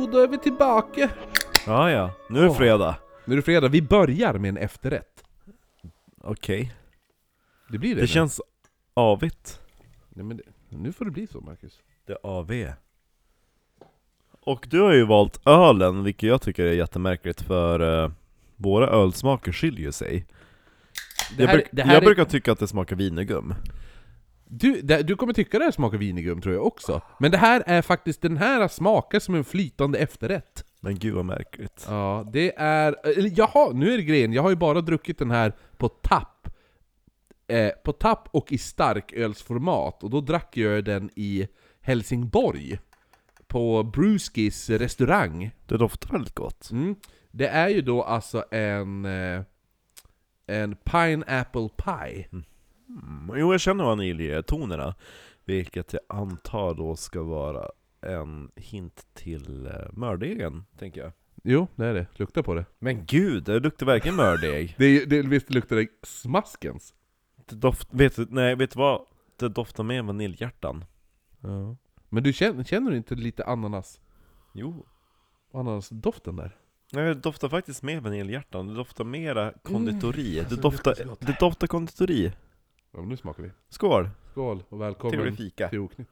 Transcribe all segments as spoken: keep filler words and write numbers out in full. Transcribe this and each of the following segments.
då är vi tillbaka. Ja, ja. Nu är det fredag. Nu är det fredag. Vi börjar med en efterrätt. Okej. Okay. Det blir det. Det nu. känns avigt. Nej, men det, nu får det bli så, Marcus. Det är A V. Och du har ju valt ölen, vilket jag tycker är jättemärkligt, för uh, våra ölsmaker skiljer sig. Det jag här, bruk, det här jag är... brukar tycka att det smakar vinegum. Du, det, du kommer tycka det här smakar vinegum, tror jag också. Men det här är faktiskt, den här smakar som en flytande efterrätt. Men gud vad märkligt. Ja, det är... Eller, jaha, nu är det grejen. Jag har ju bara druckit den här på tapp. Eh, på tapp och i starkölsformat. Och då drack jag den i Helsingborg. På Brewskis restaurang. Det doftar väldigt gott. Mm. Det är ju då alltså en... Eh, en pineapple pie. Mm. Mm. Jo, jag känner vaniljtonerna. Vilket jag antar då ska vara en hint till uh, mördegen, tänker jag. Jo, det är det. Lukta på det. Men gud, det luktar verkligen mördeg. det, det, visst luktar det smaskens? Det doft, vet du, nej, vet du vad? Det doftar med vaniljhjärtan. Ja. Men du känner, känner du inte lite ananas? Jo. Ananasdoften där? Nej, det doftar faktiskt med vaniljhjärtan. Det doftar mera konditori. Mm. Det, alltså, doftar, det, det doftar konditori. Ja, men nu smakar vi. Skål! Skål och välkommen Trevlig fika. till Oknytt.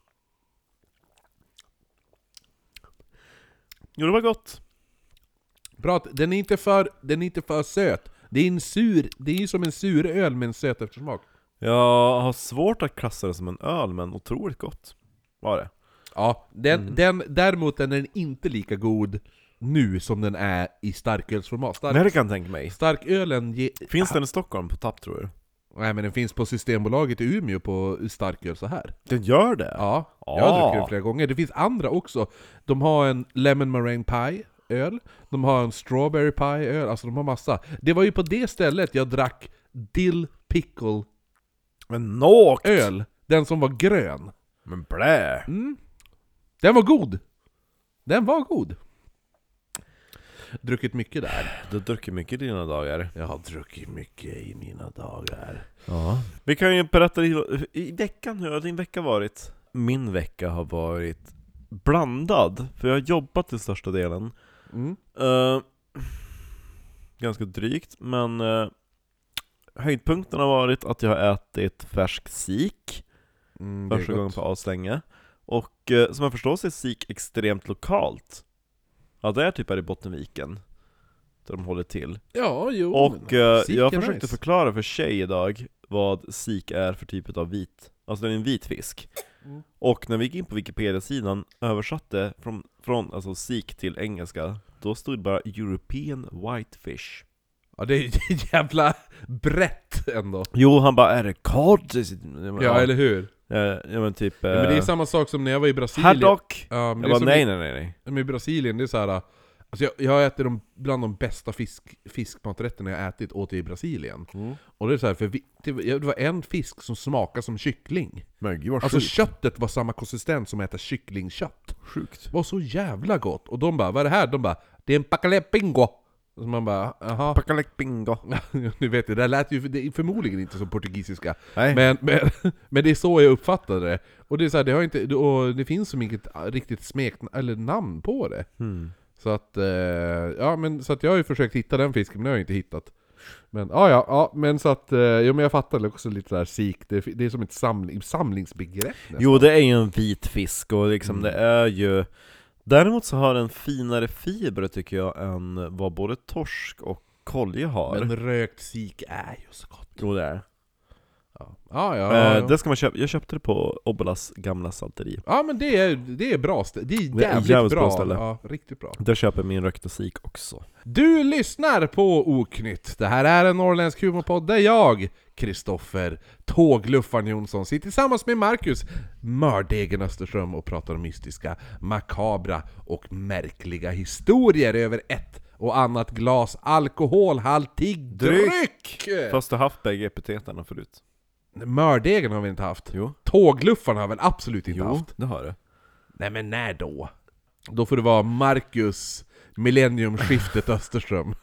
Jo, det var gott. Bra, att den är inte för, den är inte för söt. Det är en sur, det är ju som en sur öl med en söt eftersmak. Jag har svårt att klassa det som en öl, men otroligt gott var det. Ja, den, Mm. den, däremot är den inte lika god nu som den är i starkölsformat. Stark, Nej, det kan jag tänka mig. Starkölen ge, Finns den i Stockholm på tapp, tror du? Nej, men den finns på Systembolaget i Umeå på starköl så här. Den gör det? Ja, Ah. jag har druckit den flera gånger. Det finns andra också. De har en lemon meringue pie öl. De har en strawberry pie öl. Alltså de har massa. Det var ju på det stället jag drack dill pickle Men nåkt! öl. Den som var grön. Men blä! Mm. Den var god. Den var god. Druckit mycket där. Du har druckit mycket i dina dagar. Jag har druckit mycket i mina dagar. Ja. Vi kan ju berätta i, i veckan, hur har din vecka varit? Min vecka har varit blandad, för jag har jobbat till största delen. Mm. Uh, ganska drygt, men uh, höjdpunkten har varit att jag har ätit färsk sik Mm, första gången på aslänge. Och uh, som jag förstår så är sik extremt lokalt. Ja, det är typ här i Bottenviken där de håller till. Ja, jo. Och uh, jag försökte nice. förklara för tjej idag vad sik är för typ av vit. Alltså det är en vit fisk. Mm. Och Och när vi gick in på Wikipedia-sidan översatte från, från alltså sik till engelska, då stod det bara European Whitefish. ja, det är jävla brett ändå. Jo, han bara, är det kod? Ja, eller hur? Uh, ja, men typ... Uh, Ja, men det är samma sak som när jag var i Brasilien. Haddock! Ja, men Jag det är bara, som nej, i, nej, nej, nej. men i Brasilien, det är så här. Alltså jag, jag äter de, bland de bästa fisk, fiskmaträtterna jag ätit åt i Brasilien. Mm. Och det är så här, för vi, det, det var en fisk som smakade som kyckling. Men gud vad Alltså sjukt. köttet var samma konsistens som att äta kycklingkött. Sjukt. Det var så jävla gott. Och de bara, vad är det här? De bara, det är en pacalepingo. Så man bara, jaha. Pakalek bingo. Nu vet jag, det lät ju det är förmodligen inte som portugisiska. Nej. Men, men, men det är så jag uppfattade det. Och det är så här, det har inte, och det finns som inget riktigt smek eller namn på det. Hmm. Så att, eh, ja men så att jag har ju försökt hitta den fisken, men det har jag inte hittat. Men ja, ja, ja men så att, eh, jo men jag fattar också lite där sik, det, det är som ett samling, samlingsbegrepp nästan. Jo, det är ju en vit fisk och liksom Mm. det är ju... Däremot så har den finare fiber tycker jag än vad både torsk och kolja har. Men rökt sik är ju så gott. Jo, det är. Ja, ja, ja, Eh, ja. det ska man köpa. Jag köpte det på Obbolas gamla salteri. Ja men det är, det är bra ställe. Det är jävligt, Det är jävligt bra. bra ställe. Ja, riktigt bra. Där köper jag min rökta sik också. Du lyssnar på Oknytt. Det här är en norrländsk humorpodd där jag, Kristoffer Tågluffaren Jonsson, sitter tillsammans med Marcus Mördegen Österström och pratar om mystiska, makabra och märkliga historier över ett och annat glas alkoholhaltig dryck. Fast du har haft bägge epiteterna förut. Mördegen har vi inte haft. Jo. Tågluffaren har väl absolut inte Jo, haft. det har du. Nej men när då? Då får det vara Marcus Millenniumskiftet Österström.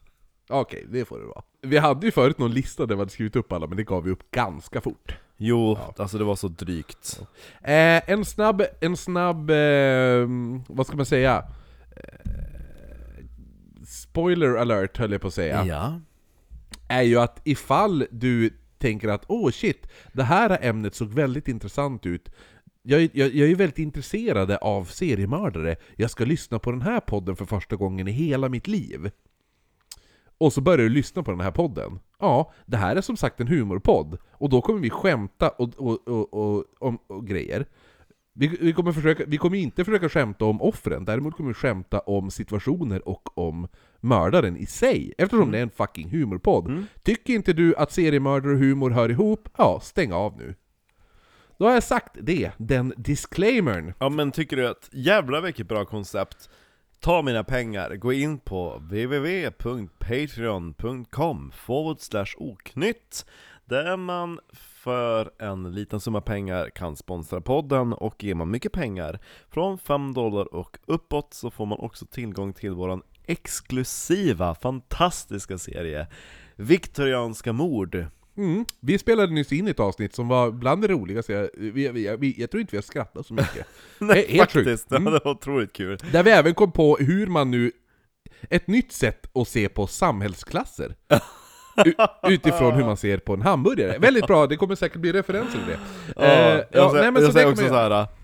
Okej, det får det vara. Vi hade ju förut någon lista där vi hade skrivit upp alla, men det gav vi upp ganska fort. Jo, Ja. alltså det var så drygt. Eh, en snabb, en snabb, eh, vad ska man säga? spoiler alert höll jag på att säga, Ja. är ju att ifall du tänker att åh oh shit, det här ämnet såg väldigt intressant ut, jag, jag, jag är väldigt intresserad av seriemördare, jag ska lyssna på den här podden för första gången i hela mitt liv. Och så börjar du lyssna på den här podden. Ja, det här är som sagt en humorpodd. Och då kommer vi skämta och, och, och, och, och, och grejer. Vi, vi, kommer försöka, vi kommer inte försöka skämta om offren. Däremot kommer vi skämta om situationer och om mördaren i sig. Eftersom mm. det är en fucking humorpodd. Mm. Tycker inte du att seriemördare och humor hör ihop? Ja, stäng av nu. Då har jag sagt det, den disclaimern. Ja, men tycker du att jävla vilket bra koncept. Ta mina pengar, gå in på www punkt patreon punkt com forward slash oknytt, där man för en liten summa pengar kan sponsra podden, och ger man mycket pengar från fem dollar och uppåt så får man också tillgång till våran exklusiva, fantastiska serie Viktorianska mord. Mm. Vi spelade nyss in ett avsnitt som var bland det roligaste. Jag, vi, vi, vi, jag tror inte vi har skrattat så mycket. Nej, helt faktiskt, mm. det var otroligt kul. Där vi även kom på hur man nu, ett nytt sätt att se på samhällsklasser. U- utifrån hur man ser på en hamburgare. Väldigt bra, det kommer säkert bli referenser till det. Ja, eh, jag ja, säger, nej, men jag så säger det också kommer... så här.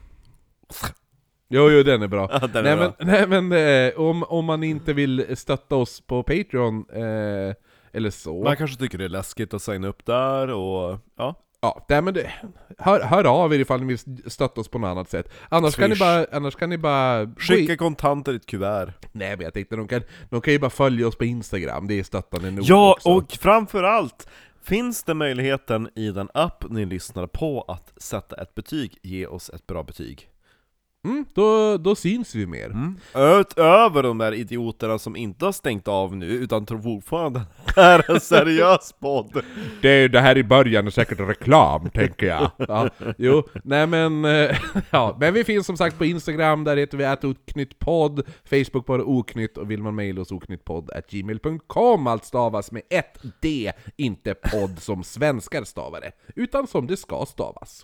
Jo, jo, den är bra. Ja, den nej, är men, bra. nej men eh, om, om man inte vill stötta oss på Patreon eh, eller så. Man kanske tycker det är läskigt att signa upp där och ja. Ja, nej, men det, hör, hör av er ifall ni vill stötta oss på något annat sätt. Annars kan ni bara, annars kan ni bara skicka kontanter i ett kuvert. Nej, men jag tänkte de kan, de kan ju bara följa oss på Instagram. Det är stöttande nog. Ja, också. och framförallt finns det möjligheten i den app ni lyssnar på att sätta ett betyg, ge oss ett bra betyg. Mm, då, då syns vi mer. Mm. Utöver de där idioterna som inte har stängt av nu utan tror fortfarande det är en seriös podd. Det, det här i början är säkert reklam, tänker jag. Ja, jo, nej men ja, men vi finns som sagt på Instagram, där heter vi at oknyttpodd, Facebook bara oknytt, och vill man mejla oss oknyttpodd at gmail punkt com. Allt stavas med ett D, inte podd som svenskar stavar det, utan som det ska stavas.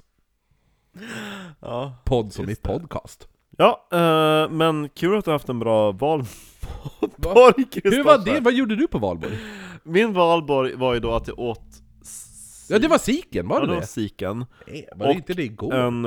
Ja, podd som i podcast. Ja, eh, men kul att du har haft en bra valborg. Hur var det? Vad gjorde du på valborg? Min valborg var ju då att jag åt s- Ja, det var siken, var det ja, det? det? var siken. Nej, var det Och inte det igår? En,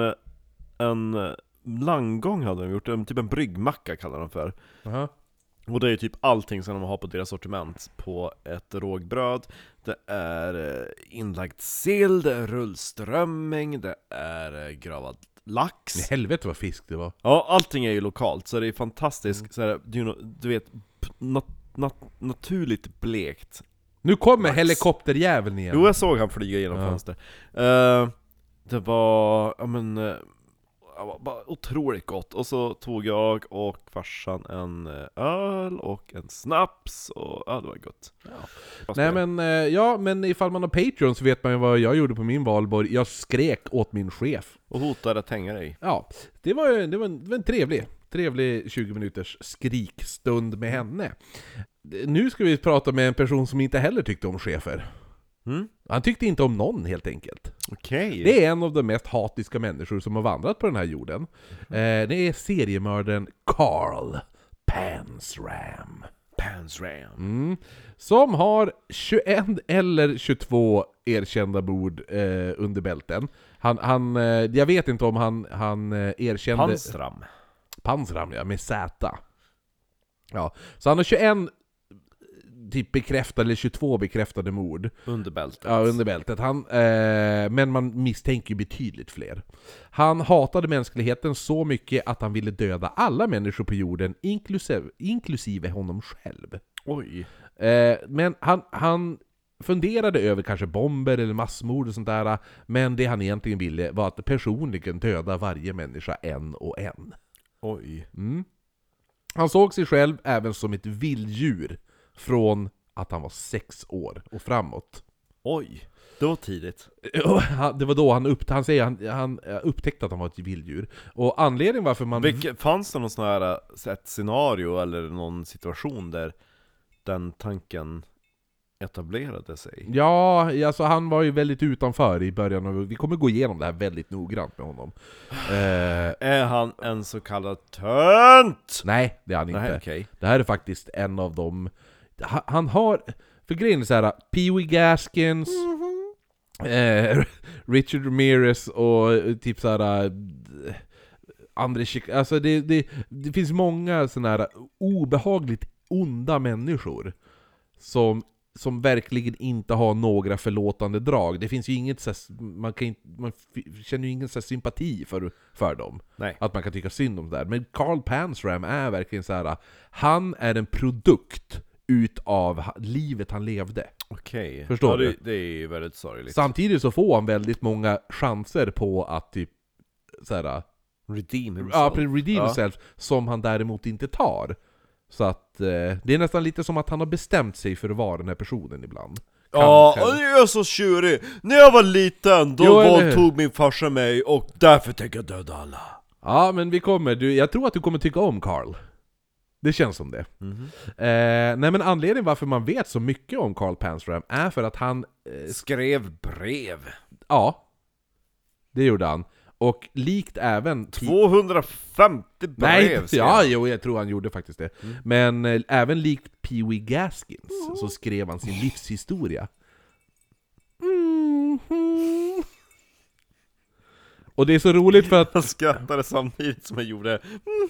en langgång hade de gjort, en, typ en bryggmacka kallar de för. Uh-huh. Och det är typ allting som de har på deras sortiment på ett rågbröd. Det är inlagd sill, det är rullströmming, det är gravad lax. I helvete vad fisk det var. Ja, allting är ju lokalt, så det är fantastiskt. Mm. Så här, du, du vet, nat, nat, naturligt blekt. Nu kommer lax. helikopterjäveln igen. Jo, jag såg han flyga genom Ja. fönster. Uh, det var, ja men... Uh, bara otroligt gott. Och så tog jag och farsan en öl och en snaps, och ja, det var gott. Ja. Nej men, eh, ja, men ifall man har Patreon så vet man ju vad jag gjorde på min valborg. Jag skrek åt min chef. Och hotade att hänga dig. Ja, det var, det var, en, det var en trevlig, trevlig tjugo minuters skrikstund med henne. Nu ska vi prata med en person som inte heller tyckte om chefer. Mm? Han tyckte inte om någon, helt enkelt. Okej. Det är en av de mest hatiska människor som har vandrat på den här jorden. Eh, det är seriemördaren Carl Panzram. Panzram. Mm. Som har tjugoett eller tjugotvå erkända mord eh, under bälten. Han, han, eh, jag vet inte om han, han eh, erkände... Panzram. Panzram, ja, med Z. Ja, så han har tjugoett typ bekräftade, eller tjugotvå bekräftade mord under bältet. Ja, under bältet. Han, eh, men man misstänker betydligt fler. Han hatade mänskligheten så mycket att han ville döda alla människor på jorden, inklusive, inklusive honom själv. Oj. Eh, men han, han funderade över kanske bomber eller massmord och sånt där, men det han egentligen ville var att personligen döda varje människa en och en. Oj. Mm. Han såg sig själv även som ett vilddjur från att han var sex år och framåt. Oj, det var tidigt. Det var då han, upp, han, säger, han, han upptäckte att han var ett vilddjur. Och anledningen varför man... Vilke, fanns det någon sån här ett scenario eller någon situation där den tanken etablerade sig. Ja, alltså han var ju väldigt utanför i början och vi kommer gå igenom det här väldigt noggrant med honom. eh, Är han en så kallad tönt? Nej, det är han inte. Nej, okay. Det här är faktiskt en av dem. Han, han har, för grejen är så här, Pee Wee Gaskins, mm-hmm. eh, Richard Ramirez och typ så här André Chic, alltså det, det, det finns många såna här obehagligt onda människor som som verkligen inte har några förlåtande drag. Det finns ju inget så här, man kan inte, man känner ju ingen så här sympati för för dem. Nej. Att man kan tycka synd om det där. Men Carl Panzram är verkligen så här. Han är en produkt utav livet han levde. Okej. Okay. Förstår ja, du? Det, det är ju väldigt sorgligt. Samtidigt så får han väldigt många chanser på att typ så här, redeem himself. Ja, redeem ja. himself, som han däremot inte tar. Så att eh, det är nästan lite som att han har bestämt sig för att vara den här personen ibland. Kan, ja, kan... jag är så tjurig. När jag var liten, då jo, våldtog min farsa mig och därför tänker jag döda alla. Ja, men vi kommer, du, jag tror att du kommer tycka om Carl. Det känns som det. Mm-hmm. eh, Nej, men anledningen varför man vet så mycket om Carl Panzram är för att han eh, skrev brev. Ja, det gjorde han. Och likt även tvåhundrafemtio brev. Nej, ja, jo, jag tror han gjorde faktiskt det. Mm. Men eh, även likt Pee Wee Gaskins mm. så skrev han sin livshistoria. Mm-hmm. Och det är så roligt för att jag skrattade samtidigt som jag gjorde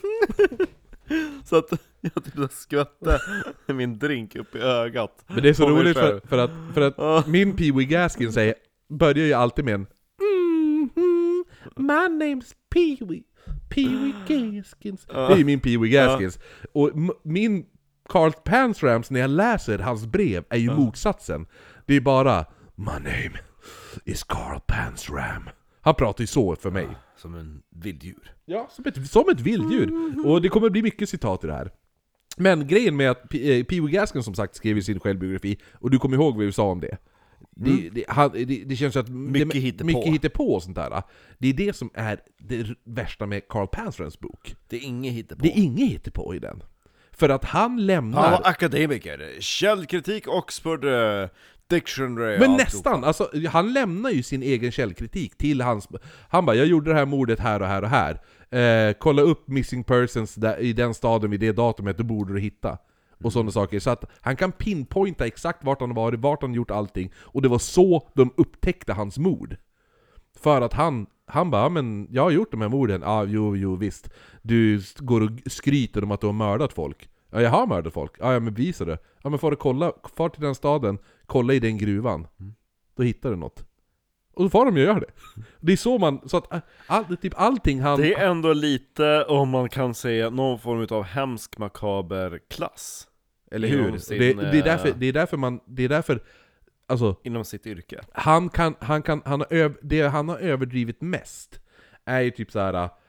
så att jag typ skvätte min drink upp i ögat. Men det är så roligt för, för att, för att ah. min Pee Wee Gaskins säger, börjar ju alltid med en mm-hmm. My name's Pee Wee Pee Wee Gaskins. ah. Det är ju min Pee Wee Gaskins. ah. Och m- min Carl Panzrams, när jag läser hans brev, är ju ah. motsatsen. Det är bara My name is Carl Panzram. Han pratar ju så för mig. Som en vilddjur. Ja, som ett, som ett vilddjur. Och det kommer bli mycket citat i det här. Men grejen med att P- Pee Wee Gaskins som sagt skrev i sin självbiografi, och du kommer ihåg vad vi sa om det. Det, mm. det, han, det, det känns att mycket det, hittepå. mycket hittepå och sånt där. Det är det som är det värsta med Carl Panzrams bok. Det är inget hittepå. Det är inget hittepå i den. För att han lämnar... Han var akademiker. Källkritik, Oxford... Uh... Dictionary, men nästan, alltså, han lämnar ju sin egen källkritik till hans... Han bara, jag gjorde det här mordet här och här och här. Eh, kolla upp missing persons där, i den staden vid det datumet, då borde du hitta. Mm. Och sådana saker. Så att han kan pinpointa exakt vart han varit, vart han gjort allting. Och det var så de upptäckte hans mord. För att han, han bara, men jag har gjort de här morden. Ja, ah, jo, jo, visst. Du går och skryter om att du har mördat folk. Ja, jag har mördat folk. Ja, ja, men visa det. Ja, men får du kolla, far till den staden, kolla i den gruvan. Mm. Då hittar du något. Och då får de ju göra det. Det är så man, så att all, typ allting han... Det är ändå lite, om man kan säga, någon form av hemsk makaber klass. Eller hur? Sin, det, det, är därför, det är därför man, det är därför, alltså... Inom sitt yrke. Han kan, han kan, han har öv, det han har överdrivit mest är ju typ så här. Eh,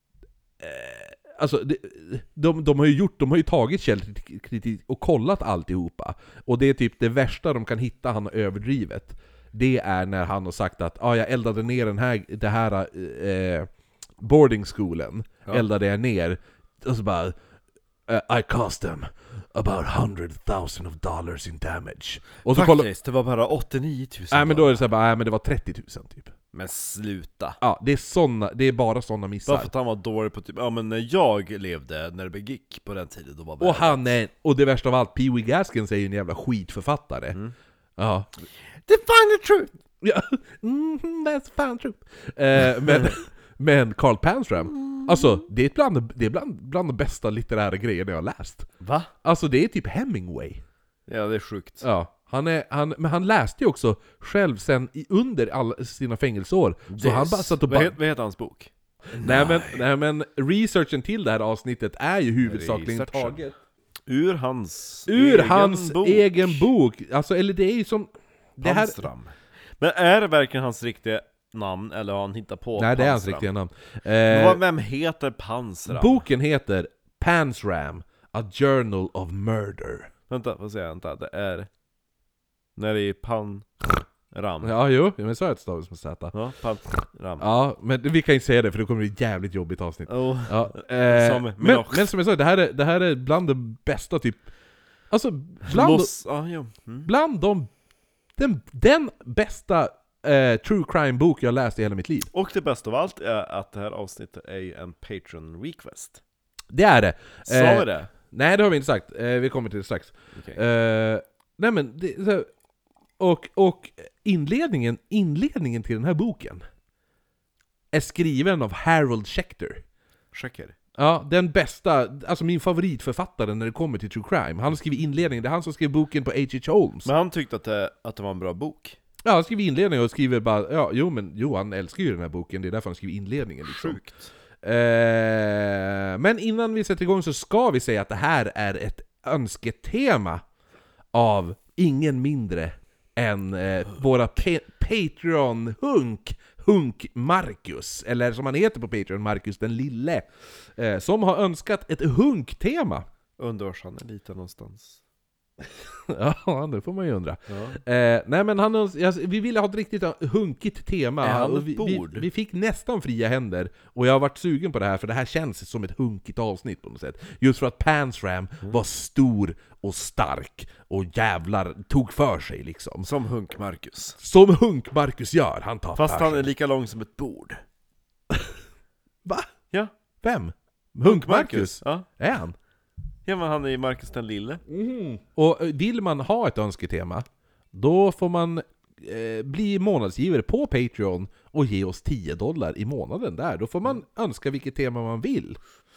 Alltså, de, de, de har ju gjort, de har ju tagit källkritik och kollat alltihopa. Och det är typ det värsta de kan hitta han har överdrivet. Det är när han har sagt att ah, jag eldade ner den här, det här eh, boardingskolen. Ja. Eldade jag ner. Och så bara I cost them about hundred thousand of dollars in damage. Och så faktiskt, kolla, det var bara åttionio tusen. Nej, men då är det så här, bara, nej, men det var trettio tusen typ. Men sluta. Ja, det är såna, det är bara såna missar. Bara för att han var dålig på typ, ja men när jag levde, när det begick på den tiden, då var det. Och han är, och det värsta av allt, Pee Wee Gaskins är ju en jävla skitförfattare. Mm. Ja. The final truth. Ja, mm, that's the final truth. Eh, men, men Carl Panzram, alltså det är bland, det är bland, bland de bästa litterära grejerna jag har läst. Va? Alltså det är typ Hemingway. Ja, det är sjukt. Ja. Han är, han, men han läste ju också själv sen i, under alla sina fängelseår. Yes. Så han bara satt och ba- vad, heter, vad heter hans bok? Nej men, nej men researchen till det här avsnittet är ju huvudsakligen taget ur hans ur egen hans bok. egen bok. Alltså, eller det är ju som det här... Men är det verkligen hans riktiga namn, eller har han hittat på? Nej, det är hans Panzram? riktiga namn. eh, Vem heter Panzram? Boken heter Panzram, A Journal of Murder. Vänta, vad säger jag? Vänta, det är när det är Pan Ram. Ja, jo, men så är det stavas med Z. Ja, Pan Ram. Ja, men vi kan inte säga det för det kommer bli jävligt jobbigt avsnitt. Oh, ja, eh, som men, men som jag sa, det här är, det här är bland det bästa typ Alltså, bland, Loss, ah, ja. mm. bland de, den, den bästa eh, true crime-bok jag läst i hela mitt liv. Och det bästa av allt är att det här avsnittet är en Patreon request. Det är det. Sa Eh, vi det? Nej, det har vi inte sagt. Eh, vi kommer till det strax. Okay. Eh, nej men, det, så, och, och inledningen, inledningen till den här boken är skriven av Harold Schechter. Checker. Ja, den bästa, alltså min favoritförfattare när det kommer till true crime. Han har skrivit inledningen, det är han som skrev boken på H H Holmes. Men han tyckte att det, att det var en bra bok. Ja, han skriver inledningen och skriver bara, ja, jo men jo, han älskar ju den här boken, det är därför han skriver inledningen liksom. Sjukt. Eh, men innan vi sätter igång så ska vi säga att det här är ett önsketema av ingen mindre än eh, våra pa- Patreon-hunk, Hunk Marcus, eller som han heter på Patreon, Marcus den lille, eh, som har önskat ett hunktema. Undrar var han är lite någonstans. Ja, det får man ju undra. Ja. Eh, nej men han, alltså, vi ville ha ett riktigt hunkigt tema. Är han och ett vi, bord? vi, vi fick nästan fria händer, och jag har varit sugen på det här, för det här känns som ett hunkigt avsnitt på något sätt. Just för att Pansram mm. var stor och stark, och jävlar tog för sig liksom. Som Hunk Marcus. Som Hunk Marcus gör, han tar Fast för han sig. är lika lång som ett bord. Va? Ja. Vem? Hunk Marcus? Ja. Är han? Ja, men han är ju Marcus den lille. Mm. Och vill man ha ett önsketema, då får man eh, bli månadsgivare på Patreon och ge oss tio dollar i månaden där. Då får man önska vilket tema man vill.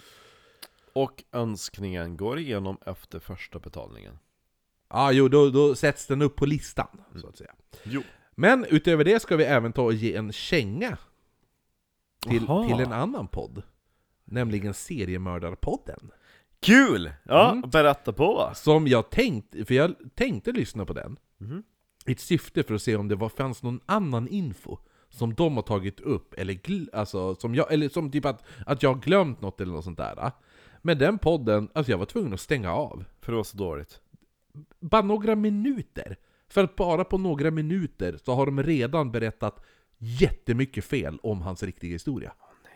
Och önskningen går igenom efter första betalningen. Ja, ah, jo, då, då sätts den upp på listan, så att säga. Jo. Men utöver det ska vi även ta och ge en känga till, Aha. till en annan podd. Nämligen Seriemördarpodden. Kul! Ja, Mm. berätta på. Som jag tänkte, för jag tänkte lyssna på den. Mm. I ett syfte för att se om det var, fanns någon annan info som de har tagit upp, eller, gl- alltså, som, jag, eller som typ att, att jag har glömt något eller något sånt där. Men den podden, alltså jag var tvungen att stänga av. För det var så dåligt. Bara några minuter. För att bara på några minuter så har de redan berättat jättemycket fel om hans riktiga historia.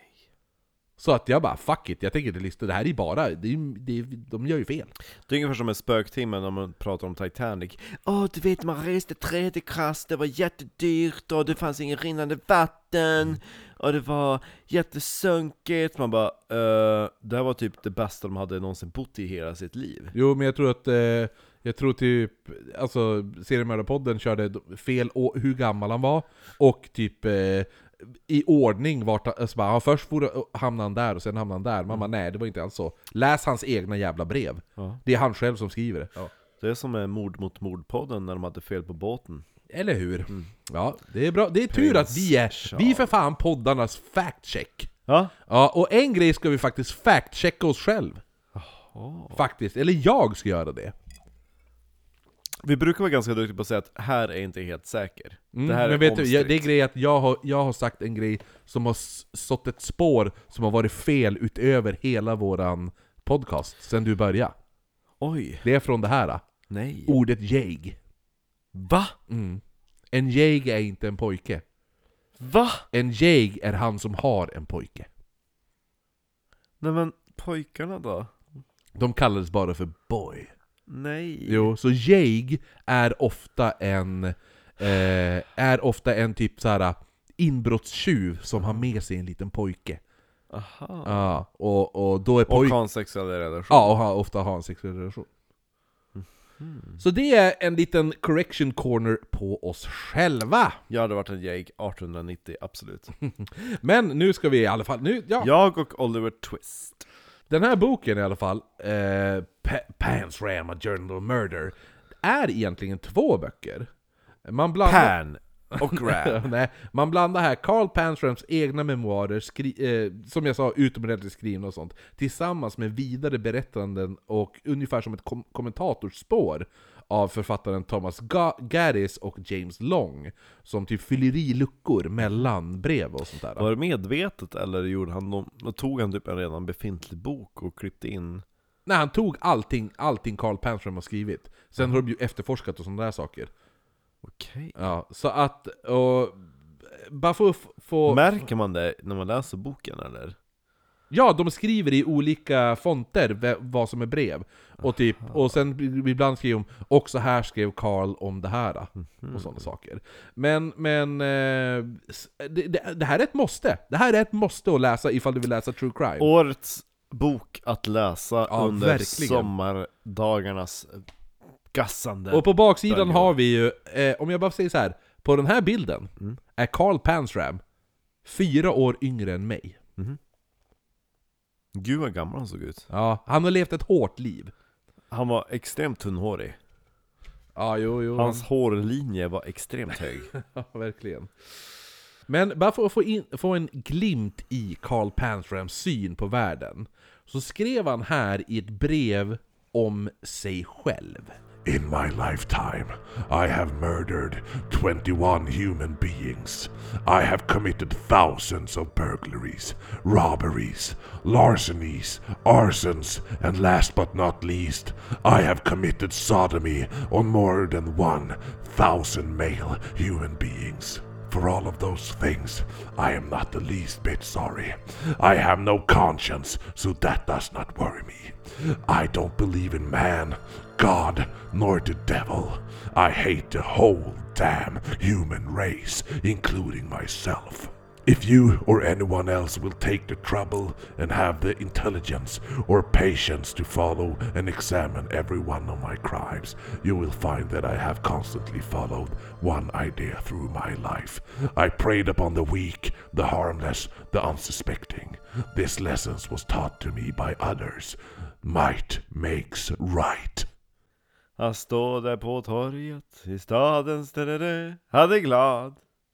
Så att jag bara, fuck it, jag tänker inte lyssna. Det här är bara, det är, det är, de gör ju fel. Det är ungefär som en spöktimme när man pratar om Titanic. Åh, du vet, man reste tredje klass, det var jättedyrt, och det fanns ingen rinnande vatten, och det var jättesunkigt. Man bara, uh, det här var typ det bästa de hade någonsin bott i hela sitt liv. Jo, men jag tror att, eh, jag tror typ, alltså Seriemördarpodden körde fel å- hur gammal han var, och typ eh, i ordning vart, alltså bara, ja, först hamnade han där och sen hamnade han där. Man bara, nej, det var inte alls så. Läs hans egna jävla brev. Ja. Det är han själv som skriver det. Ja. Det är som med Mord mot mordpodden när de hade fel på båten. Eller hur? Mm. Ja, det är bra. Det är tur Prins att vi är, vi är för fan poddarnas fact-check. Ja. Ja, och en grej ska vi faktiskt fact-checka oss själv. Oh. Faktiskt, eller jag ska göra det. Vi brukar vara ganska duktiga på att säga att här är inte helt säker. Mm, det här men är vet du, omstritt. jag, det är grej att jag har, jag har sagt en grej som har s- sått ett spår som har varit fel utöver hela våran podcast sen du började. Oj, Det är från det här. nej. Ordet jäg. Va? Mm. En jäg är inte en pojke. Va? En jäg är han som har en pojke. Nej men, pojkarna då? De kallades bara för boy. Nej. Jo, så jäg är ofta en eh, är ofta en typ såhär inbrottstjuv som har med sig en liten pojke. Aha. Ja, och, och då är Och pojk... ha en sexuell relation. Ja, och ha, ofta har en sexuell relation. Mm. Så det är en liten correction corner på oss själva. Jag hade varit en jäg artonhundranittio, absolut. Men nu ska vi i alla fall... Nu, ja. Jag och Oliver Twist. Den här boken i alla fall, eh, pa- Pansram, A Journal of Murder, är egentligen två böcker. Man blandar... Pan och Ram. Nej, man blandar här Carl Pansrams egna memoarer, skri- eh, som jag sa, utomordentligt skrivna och sånt, tillsammans med vidare berättanden och ungefär som ett kom- kommentatorspår av författaren Thomas Ga- Gaddis och James Long, som typ fyller i luckor mellan brev och sånt där. Var det medvetet eller gjorde han någon, då tog han typ en redan befintlig bok och klippte in? Nej, han tog allting, allting Carl Pansram har skrivit. Sen har de ju efterforskat och sådana där saker. Okej. Ja, så att... Och, bara för att f- få... Märker man det när man läser boken eller? Ja, de skriver i olika fonter v- vad som är brev. Och, typ, och sen ibland skriver de också här skrev Carl om det här. Och sådana saker. Men, men eh, det, det, det här är ett måste. Det här är ett måste att läsa ifall du vill läsa True Crime. Årets bok att läsa Ja, under verkligen. sommardagarnas gassande. Och på baksidan böljor. har vi ju, eh, om jag bara säger så här, på den här bilden Mm. är Carl Pansram fyra år yngre än mig. Mm. Gud vad gammal han såg ut. Ja, han har levt ett hårt liv. Han var extremt tunnhårig. Ja, jo, jo. Hans hårlinje var extremt hög. Ja, verkligen. Men bara för att få, in, få en glimt i Carl Pansrams syn på världen, så skrev han här i ett brev om sig själv. In my lifetime, I have murdered twenty-one human beings. I have committed thousands of burglaries, robberies, larcenies, arsons, and last but not least, I have committed sodomy on more than one thousand male human beings. For all of those things, I am not the least bit sorry. I have no conscience, so that does not worry me. I don't believe in man, God, nor the devil. I hate the whole damn human race, including myself. If you or anyone else will take the trouble and have the intelligence or patience to follow and examine every one of my crimes, you will find that I have constantly followed one idea through my life. I preyed upon the weak, the harmless, the unsuspecting. This lesson was taught to me by others. Might makes right. Han stod där på torget i stadens terrere, hade glad,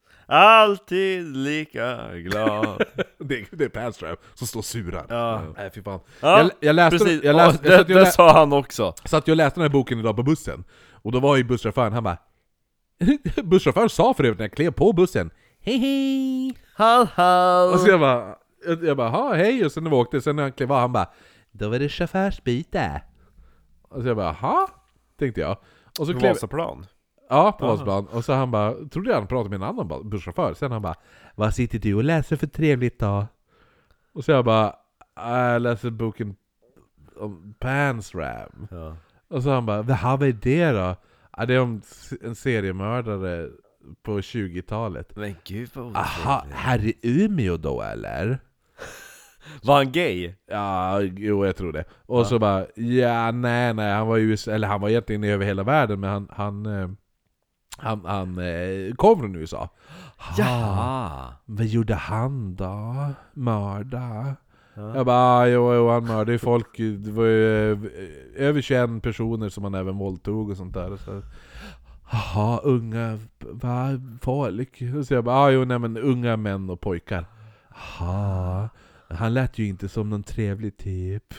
alltid lika glad. det, det är Pansram som står surar. Ja. Nej, fy fan. Ja, jag, jag läste, precis. jag läste, Ja, jag satt, det, jag det lä, sa han också. satt jag och läste den här boken idag på bussen. Och då var ju busschauffören, han bara busschauffören sa för övrigt när jag klev på bussen, hej hej. Hall, hall. Och så jag bara, jag, jag bara, ha hej. Och sen när vi åkte, sen när han klev av, han bara, då var det chaufförsbyte. Och så jag bara, ha? Tänkte jag. Och så På klev, Vasaplan. ja, på Vasaplan. Och så han bara, trodde jag han pratade med en annan busschaufför. Sen han bara, vad sitter du och läser för trevligt då? Och så jag bara, jag läser boken om Pansram. Ja. Och så han bara, vad är det då? Ja, det är om en seriemördare på tjugotalet. Men gud vad Aha, här i Umeå då eller? Var han gay? Ja, jo jag tror det. Och Ja. så bara, ja nej nej, han var ju, eller han var egentligen över hela världen, men han han eh, han, han eh, kom från U S A. Ja. Vad gjorde han då? Mörda? Ja. Jag bara, jo, jo han mördade ju folk. Det var ju eh, över tjugoett personer som han även våldtog och sånt där. Så, jaha, unga, vad folk? Så jag bara, ah, jo nej men unga män och pojkar. Jaha, han lät ju inte som någon trevlig typ.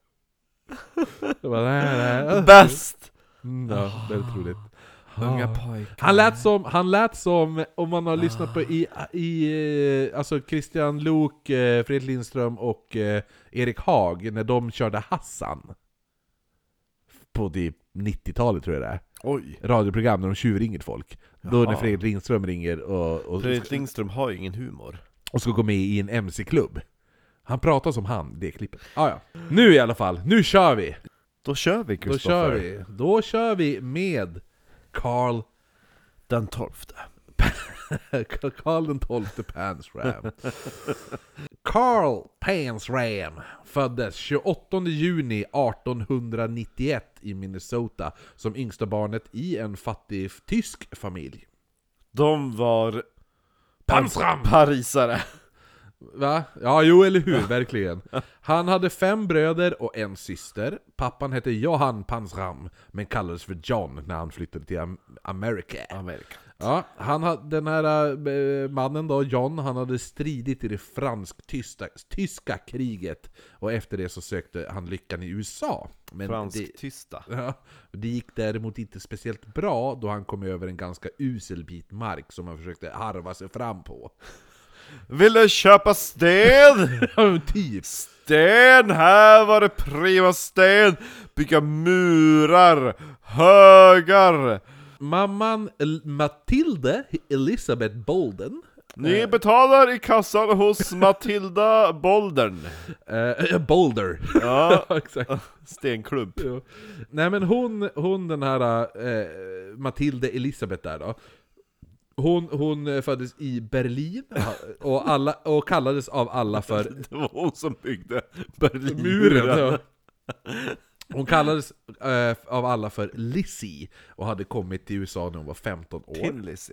Jag bara, nej, nej. Bäst! Mm, ja, väldigt roligt. Unga Ja. pojkar. Han lät som, han lät som, om man har lyssnat på i, i eh, alltså Christian Lok, eh, Fredrik Lindström och eh, Erik Haag när de körde Hassan på det nittiotalet tror jag det är. Oj. Radioprogram när de tjuvringer folk. Då när Jaha. Fredrik Lindström ringer och, och, Fredrik Lindström har ju ingen humor. och ska gå med i en M C-klubb. Han pratar som han, det klippet. Ah, ja. Nu i alla fall, nu kör vi! Då kör vi, Då Kristoffer. kör vi, då kör vi med Carl Den tolfte. Carl den tolfte Pansram. Carl Pansram föddes tjugoåttonde juni artonhundranittioett i Minnesota som yngsta barnet i en fattig tysk familj. De var Pansram! parisare. Va? Ja, jo eller hur, verkligen. Han hade fem bröder och en syster. Pappan hette Johann Pansram, men kallades för John när han flyttade till Am- Amerika. Amerika. Ja, han hade, den här äh, mannen då, John, han hade stridit i det fransk-tyska tyska kriget. Och efter det så sökte han lyckan i U S A. Men det, Fransk-tysta. ja, det gick däremot inte speciellt bra då han kom över en ganska usel bit mark som han försökte harva sig fram på. Vill du köpa sten? Ja, typ. Sten, här var det prima sten. Bygga murar, högar. Mamman El- Matilde Elizabeth Bolden Ni betalar i kassan hos Matilda Boldern. Eh, Boulder. Ja, Exakt. stenklubb. Jo. Nej men hon, hon den här eh, Matilde Elisabeth där då. Hon, hon föddes i Berlin och, alla, och kallades av alla för Det var hon som byggde Berlinmuren. muren. Ja. Hon kallades eh, av alla för Lizzie och hade kommit till U S A när hon var femton år. Tin Lizzie.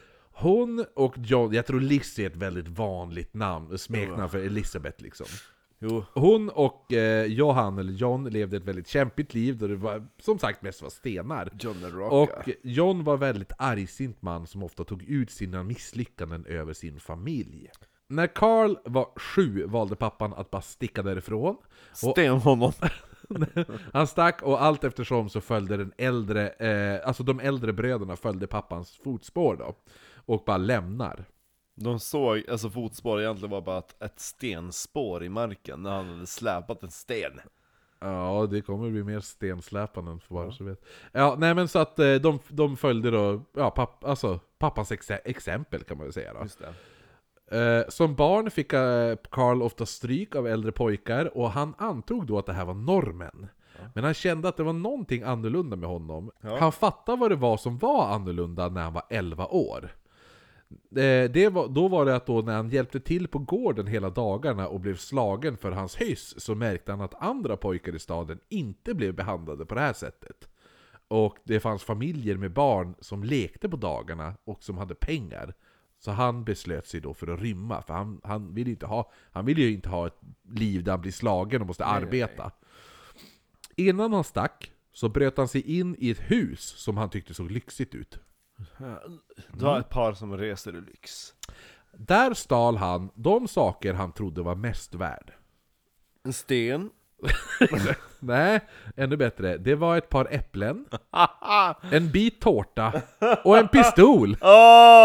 Hon och John, jag tror Lizzie är ett väldigt vanligt namn, smeknamn för Elisabeth liksom. Jo. Hon och eh, Johan, eller John, levde ett väldigt kämpigt liv där det var, som sagt, mest var stenar. John the Rocker. Och John var väldigt argsint man som ofta tog ut sina misslyckanden över sin familj. När Carl var sju valde pappan att bara sticka därifrån. Sten honom. Han stack och allt eftersom så följde den äldre, eh, alltså de äldre bröderna följde pappans fotspår då. Och bara lämnar. De såg, alltså fotspår egentligen var bara ett, ett stenspår i marken när han hade släpat en sten. Ja, det kommer bli mer stensläpande för bara så vet. Ja, nej men så att eh, de, de följde då, ja, papp, alltså pappans ex- exempel kan man väl säga då. Just det. Eh, som barn fick eh, Carl ofta stryk av äldre pojkar och han antog då att det här var normen. Ja. Men han kände att det var någonting annorlunda med honom. Ja. Han fattade vad det var som var annorlunda när han var elva år. Eh, det var, då var det att då när han hjälpte till på gården hela dagarna och blev slagen för hans hyss så märkte han att andra pojkar i staden inte blev behandlade på det här sättet. Och det fanns familjer med barn som lekte på dagarna och som hade pengar. Så han beslöt sig då för att rymma, för han, han ville inte ha, han ville ju inte ha ett liv där han blir slagen och måste nej, arbeta. Nej. Innan han stack så bröt han sig in i ett hus som han tyckte såg lyxigt ut. Det var ett par som reser i lyx. Där stal han de saker han trodde var mest värd. En sten. Nej, ännu bättre. Det var ett par äpplen, en bit tårta och en pistol. Åh,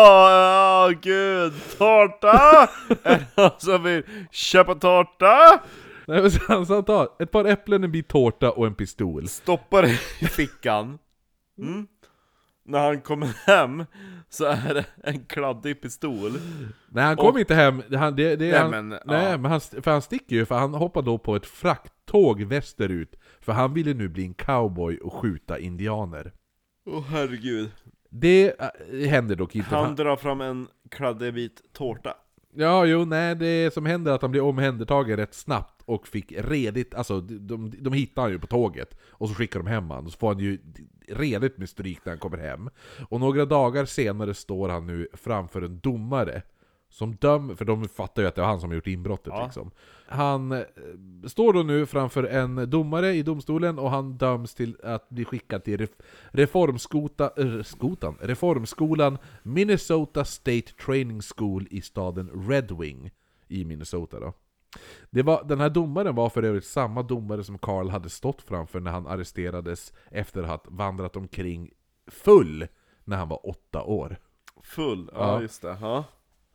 oh, oh, gud, tårta! Är det någon som vill köpa tårta? Nej, men så han sa ta ett par äpplen, en bit tårta och en pistol. Stoppar det i fickan. Mm. När han kommer hem så är det en kladdig pistol. Nej, han kom och inte hem. Han, det, det, nej, han, men, nej, ja. men han, för han sticker ju, för han hoppar då på ett frakttåg västerut. För han ville nu bli en cowboy och skjuta indianer. Åh oh, herregud. Det äh, händer dock inte. Han drar fram en kladdig vit tårta. Ja, jo, nej, det som händer är att han blir omhändertagen rätt snabbt och fick redigt, alltså de, de, de hittar han ju på tåget och så skickar de hem han och så får han ju redigt med stryk när han kommer hem. Och några dagar senare står han nu framför en domare som dömer, för de fattar ju att det var han som gjort inbrottet ja. liksom. Han eh, står då nu framför en domare i domstolen och han döms till att bli skickad till ref, reformskota, äh, skotan, reformskolan Minnesota State Training School i staden Red Wing i Minnesota då. Det var, den här domaren var för övrigt samma domare som Carl hade stått framför när han arresterades efter att ha vandrat omkring full när han var åtta år. Full, ja, ja. Just det, ja.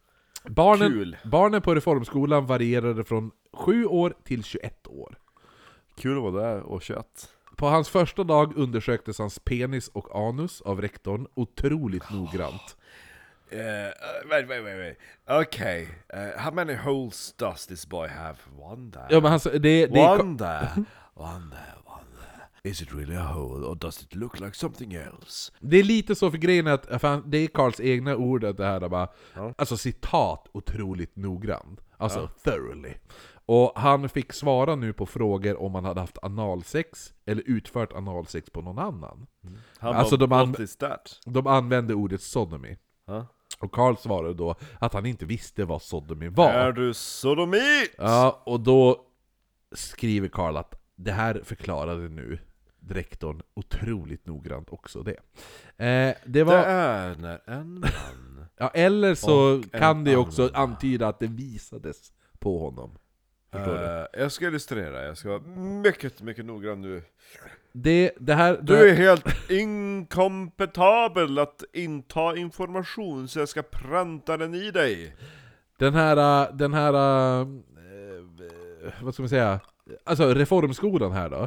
Barnen, barnen på reformskolan varierade från sju år till tjugoett år. Kul att vara där och kött. På hans första dag undersöktes hans penis och anus av rektorn otroligt oh. noggrant. Uh, wait, wait, wait, wait. Okay, uh, how many holes does this boy have? One there. Ja, men han, det, det one there, one there, one there. Is it really a hole or does it look like something else? Det är lite så, för grejen är att fan, det är Carls egna ord att det här bara, ja. Alltså citat otroligt noggrant. Alltså ja. Thoroughly. Och han fick svara nu på frågor om han hade haft analsex eller utfört analsex på någon annan. Mm. Han alltså bara, de, an- what is that? de använde ordet sodomy. Huh? Och Carl svarade då att han inte visste vad sodomy var. Är du sodomit? Ja, och då skriver Carl att det här förklarade nu rektorn otroligt noggrant också det. Eh, det, var... det är när en man ja, eller så kan det också annan. antyda att det visades på honom. Förstår uh, du? Jag ska illustrera, jag ska vara mycket, mycket noggrann nu. Det, det här, du det... är helt inkompetabel att inta information, så jag ska pränta den i dig. Den här, den här, eh, vad ska man säga, alltså reformskolan här då.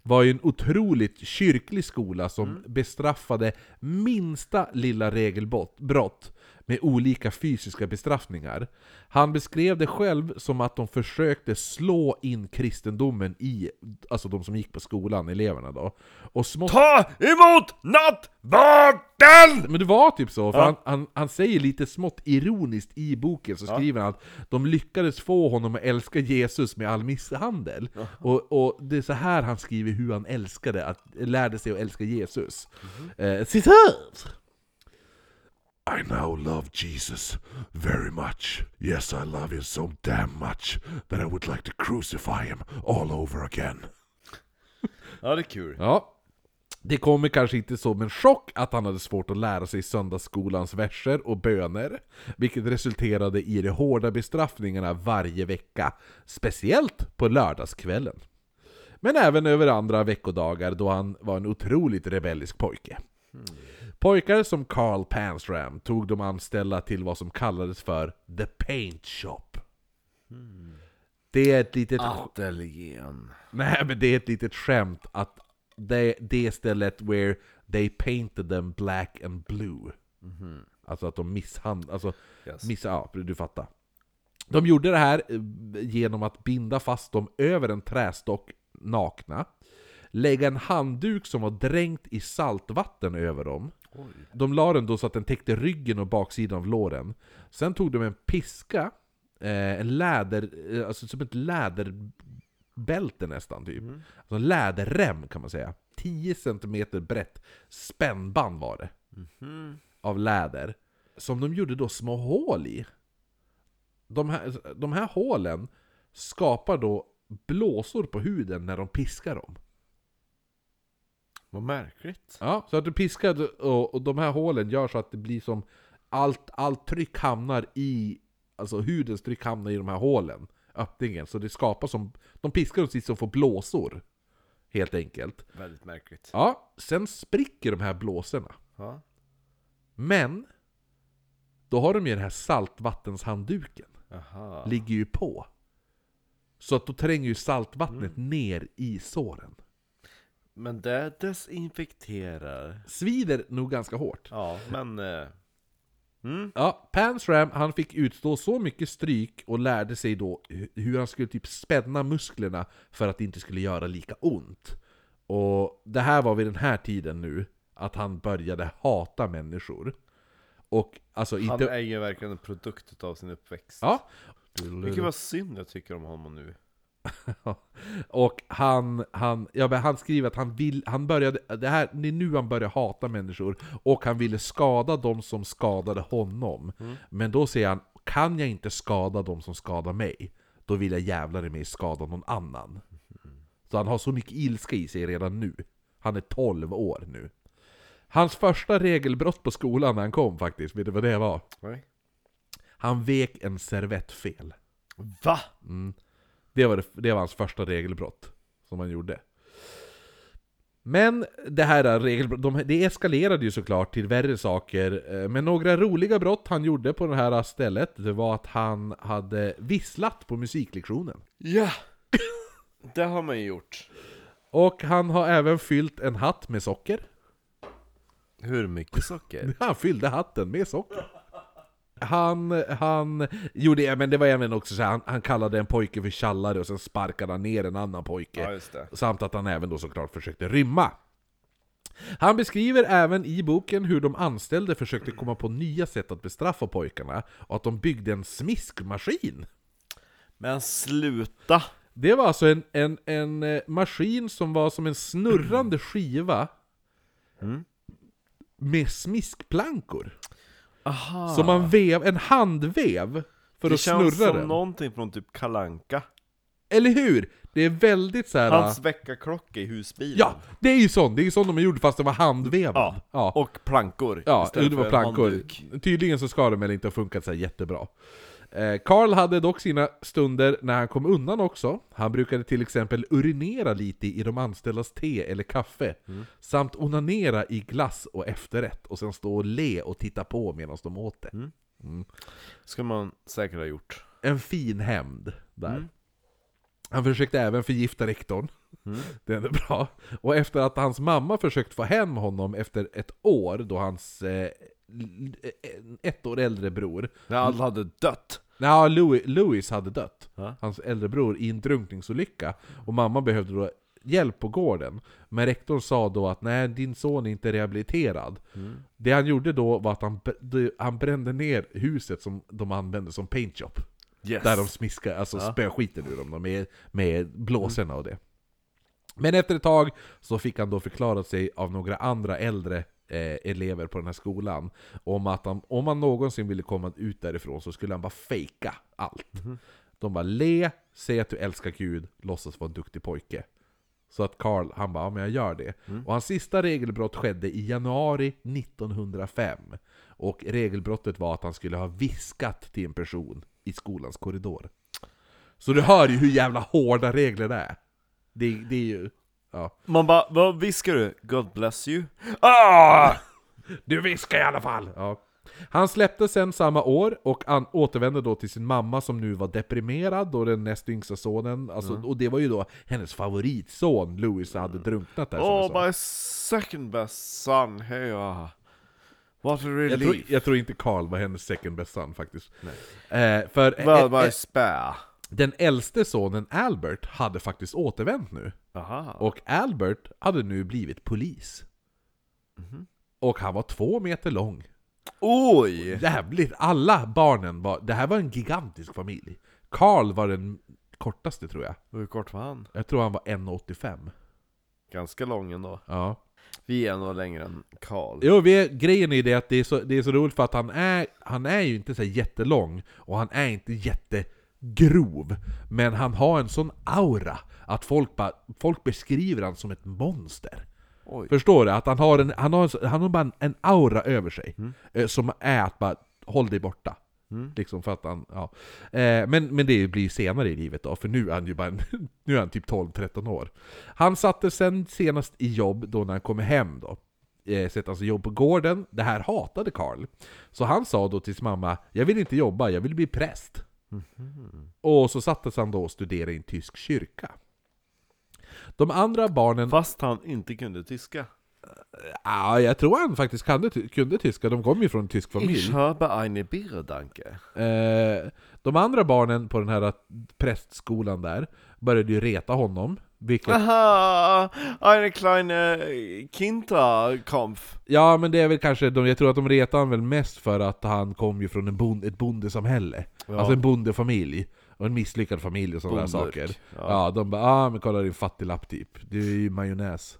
var ju en otroligt kyrklig skola som mm. bestraffade minsta lilla regelbrott med olika fysiska bestraffningar. Han beskrev det själv som att de försökte slå in kristendomen i, alltså de som gick på skolan, eleverna då. Och smått... Ta emot nattvarden! Men det var typ så, för ja. han, han, han säger lite smått ironiskt i boken, så skriver ja. han att de lyckades få honom att älska Jesus med all misshandel. Ja. Och, och det är så här han skriver hur han älskade, att lärde sig att älska Jesus. Mm-hmm. Eh, citat! I now love Jesus very much. Yes, I love him so damn much that I would like to crucify him all over again. Ja, det är kul. Ja. Det kommer kanske inte som en chock att han hade svårt att lära sig söndagsskolans verser och böner, vilket resulterade i de hårda bestraffningarna varje vecka, speciellt på lördagskvällen. Men även över andra veckodagar då han var en otroligt rebellisk pojke. Mm. Pojkar som Carl Pansram tog de anställda till vad som kallades för The Paint Shop. Mm. Det är ett litet... Ateljén. Nej, men det är ett litet skämt att det, det stället where they painted them black and blue. Mm-hmm. Alltså att de misshandlade... Alltså, yes. miss, ja, du fattar. De gjorde det här genom att binda fast dem över en trästock nakna, lägga en handduk som var dränkt i saltvatten över dem. Oj. De la den då så att den täckte ryggen och baksidan av låren. Sen tog de en piska, eh, en läder, alltså som ett läderbälte nästan typ. Mm. Alltså en läderrem kan man säga. tio centimeter brett spännband var det. Mm. Av läder. Som de gjorde då små hål i. De här, de här hålen skapar då blåsor på huden när de piskar dem. Vad märkligt. Ja, så att du piskar och, och de här hålen gör så att det blir som allt, allt tryck hamnar i, alltså hudens tryck hamnar i de här hålen, öppningen, så det skapar som, de piskar dem sitt som får blåsor, helt enkelt. Väldigt märkligt. Ja, sen spricker de här blåsorna. Ja. Men då har de ju den här saltvattenshandduken. Aha. Ligger ju på. Så att då tränger ju saltvattnet mm. ner i såren. Men det desinfekterar. Svider nog ganska hårt. Ja, men... Eh... Mm. Ja, Pansram, han fick utstå så mycket stryk och lärde sig då hur han skulle typ spänna musklerna för att det inte skulle göra lika ont. Och det här var vid den här tiden nu, att han började hata människor. Och alltså han inte... är ju verkligen en produkt av sin uppväxt. Ja. Vilket var synd jag tycker om honom nu. Och han, han, ja, men han skriver att han vill, han började, det här, det är nu han började hata människor, och han ville skada de som skadade honom. Mm. Men då säger han, kan jag inte skada de som skadar mig, då vill jag jävlar i mig skada någon annan. Mm. Så han har så mycket ilska i sig redan nu. Han är tolv år nu. Hans första regelbrott på skolan när han kom faktiskt, vet du vad det var? Nej. Han vek en servett fel. Va? Mm. Det var, det, det var hans första regelbrott som han gjorde. Men det här regelbrott, de, det eskalerade ju såklart till värre saker. Men några roliga brott han gjorde på det här stället, det var att han hade visslat på musiklektionen. Ja, det har man ju gjort. Och han har även fyllt en hatt med socker. Hur mycket socker? Han fyllde hatten med socker. Han, han gjorde, men det var även också så här, han, han kallade en pojke för tjallare och sen sparkade han ner en annan pojke. Ja, just det. Samt att han även då såklart försökte rymma. Han beskriver även i boken hur de anställde försökte komma på nya sätt att bestraffa pojkarna, och att de byggde en smiskmaskin. Men sluta! Det var alltså en, en, en maskin som var som en snurrande skiva mm. med smiskplankor. Aha. Så man vev, en handvev för det att snurra den. Det känns som någonting från typ Kalanka. Eller hur? Det är väldigt så här. Hans väckarklocka i husbilen. Ja, det är ju sån. Det är ju sån de har gjort fast det var handvevad. Ja, ja. Och plankor. Ja, det var plankor. Tydligen så ska de väl inte ha funkat så här jättebra. Eh, Carl hade dock sina stunder när han kom undan också. Han brukade till exempel urinera lite i de anställdas te eller kaffe. Mm. Samt onanera i glass och efterrätt. Och sen stå och le och titta på medan de åt det. Mm. Mm. Ska man säkert ha gjort. En fin hämnd där. Mm. Han försökte även förgifta rektorn. Mm. Den är bra. Och efter att hans mamma försökt få hem honom efter ett år, då hans eh, ett år äldre bror, När alla hade dött. ja, Louis, Louis hade dött, Ja. hans äldre bror, i en drunkningsolycka. Och mamma behövde då hjälp på gården. Men rektorn sa då att nej, din son är inte rehabiliterad. Mm. Det han gjorde då var att han, b- han brände ner huset som de använde som paint shop. Yes. Där de smiskar, alltså Ja. spöar skiten ur dem då, med, med blåsorna och det. Men efter ett tag så fick han då förklara sig av några andra äldre eh, elever på den här skolan om att han, om han någonsin ville komma ut därifrån så skulle han bara fejka allt. Mhm. De bara le, säg att du älskar Gud, låtsas vara en duktig pojke. Så att Carl, han bara, ja men jag gör det. Mm. Och hans sista regelbrott skedde i januari nittonhundrafem. Och regelbrottet var att han skulle ha viskat till en person i skolans korridor. Så du hör ju hur jävla hårda regler det är. Det, det är ju... Ja. Man bara, vad viskar du? God bless you. Ah! Du viskar i alla fall! Ja. Han släpptes sen samma år och an- återvände då till sin mamma som nu var deprimerad, och den näst yngsta sonen, alltså, Mm. och det var ju då hennes favoritson, Louis, hade drunknat där som jag sa. Oh, my second best son here. What a jag, relief. tror, jag tror inte Carl var hennes second best son faktiskt. Eh, för Well, eh, my eh, spare. den äldste sonen Albert hade faktiskt återvänt nu. Aha. Och Albert hade nu blivit polis. Mhm. Och han var två meter lång. Oj! Jävligt, alla barnen var... Det här var en gigantisk familj. Carl var den kortaste tror jag. Hur kort var han? Jag tror han var en komma åttiofem. Ganska lång ändå. Ja. Vi är nog längre än Carl. Jo, vi är, grejen är det att det är, så, det är så roligt för att han är, han är ju inte så jättelång. Och han är inte jättegrov. Men han har en sån aura att folk, bara, folk beskriver han som ett monster. Oj. Förstår du? Att han har, en, han har, han har bara en, en aura över sig. Mm. Eh, som är att bara, håll dig borta. Mm. Liksom för att han, ja. eh, men, men det blir senare i livet då, för nu är han ju bara en, nu är han typ tolv tretton år. Han satte sen senast i jobb då när han kom hem då. Eh, Sätta alltså jobb på gården. Det här hatade Carl. Så han sa då till sin mamma, jag vill inte jobba, jag vill bli präst. Mhm. Och så sattes han då och studerade i en tysk kyrka. De andra barnen... Fast han inte kunde tyska. Ja, jag tror han faktiskt kunde, kunde tyska. De kom ju från en tysk familj. Ich habe eine Bier, danke. Eh, de andra barnen på den här prästskolan där började ju reta honom. Vilket, Aha! Eine kleine Kinderkampf. ja, men det är väl kanske, de, jag tror att de retar han väl mest för att han kom ju från en bond, ett bondesamhälle. Ja. Alltså en bondefamilj. Och en misslyckad familj och sådana där Bondurk. saker. Ja. Ja, de bara, ah men kolla din fattiglapp typ. Du är ju majonnäs.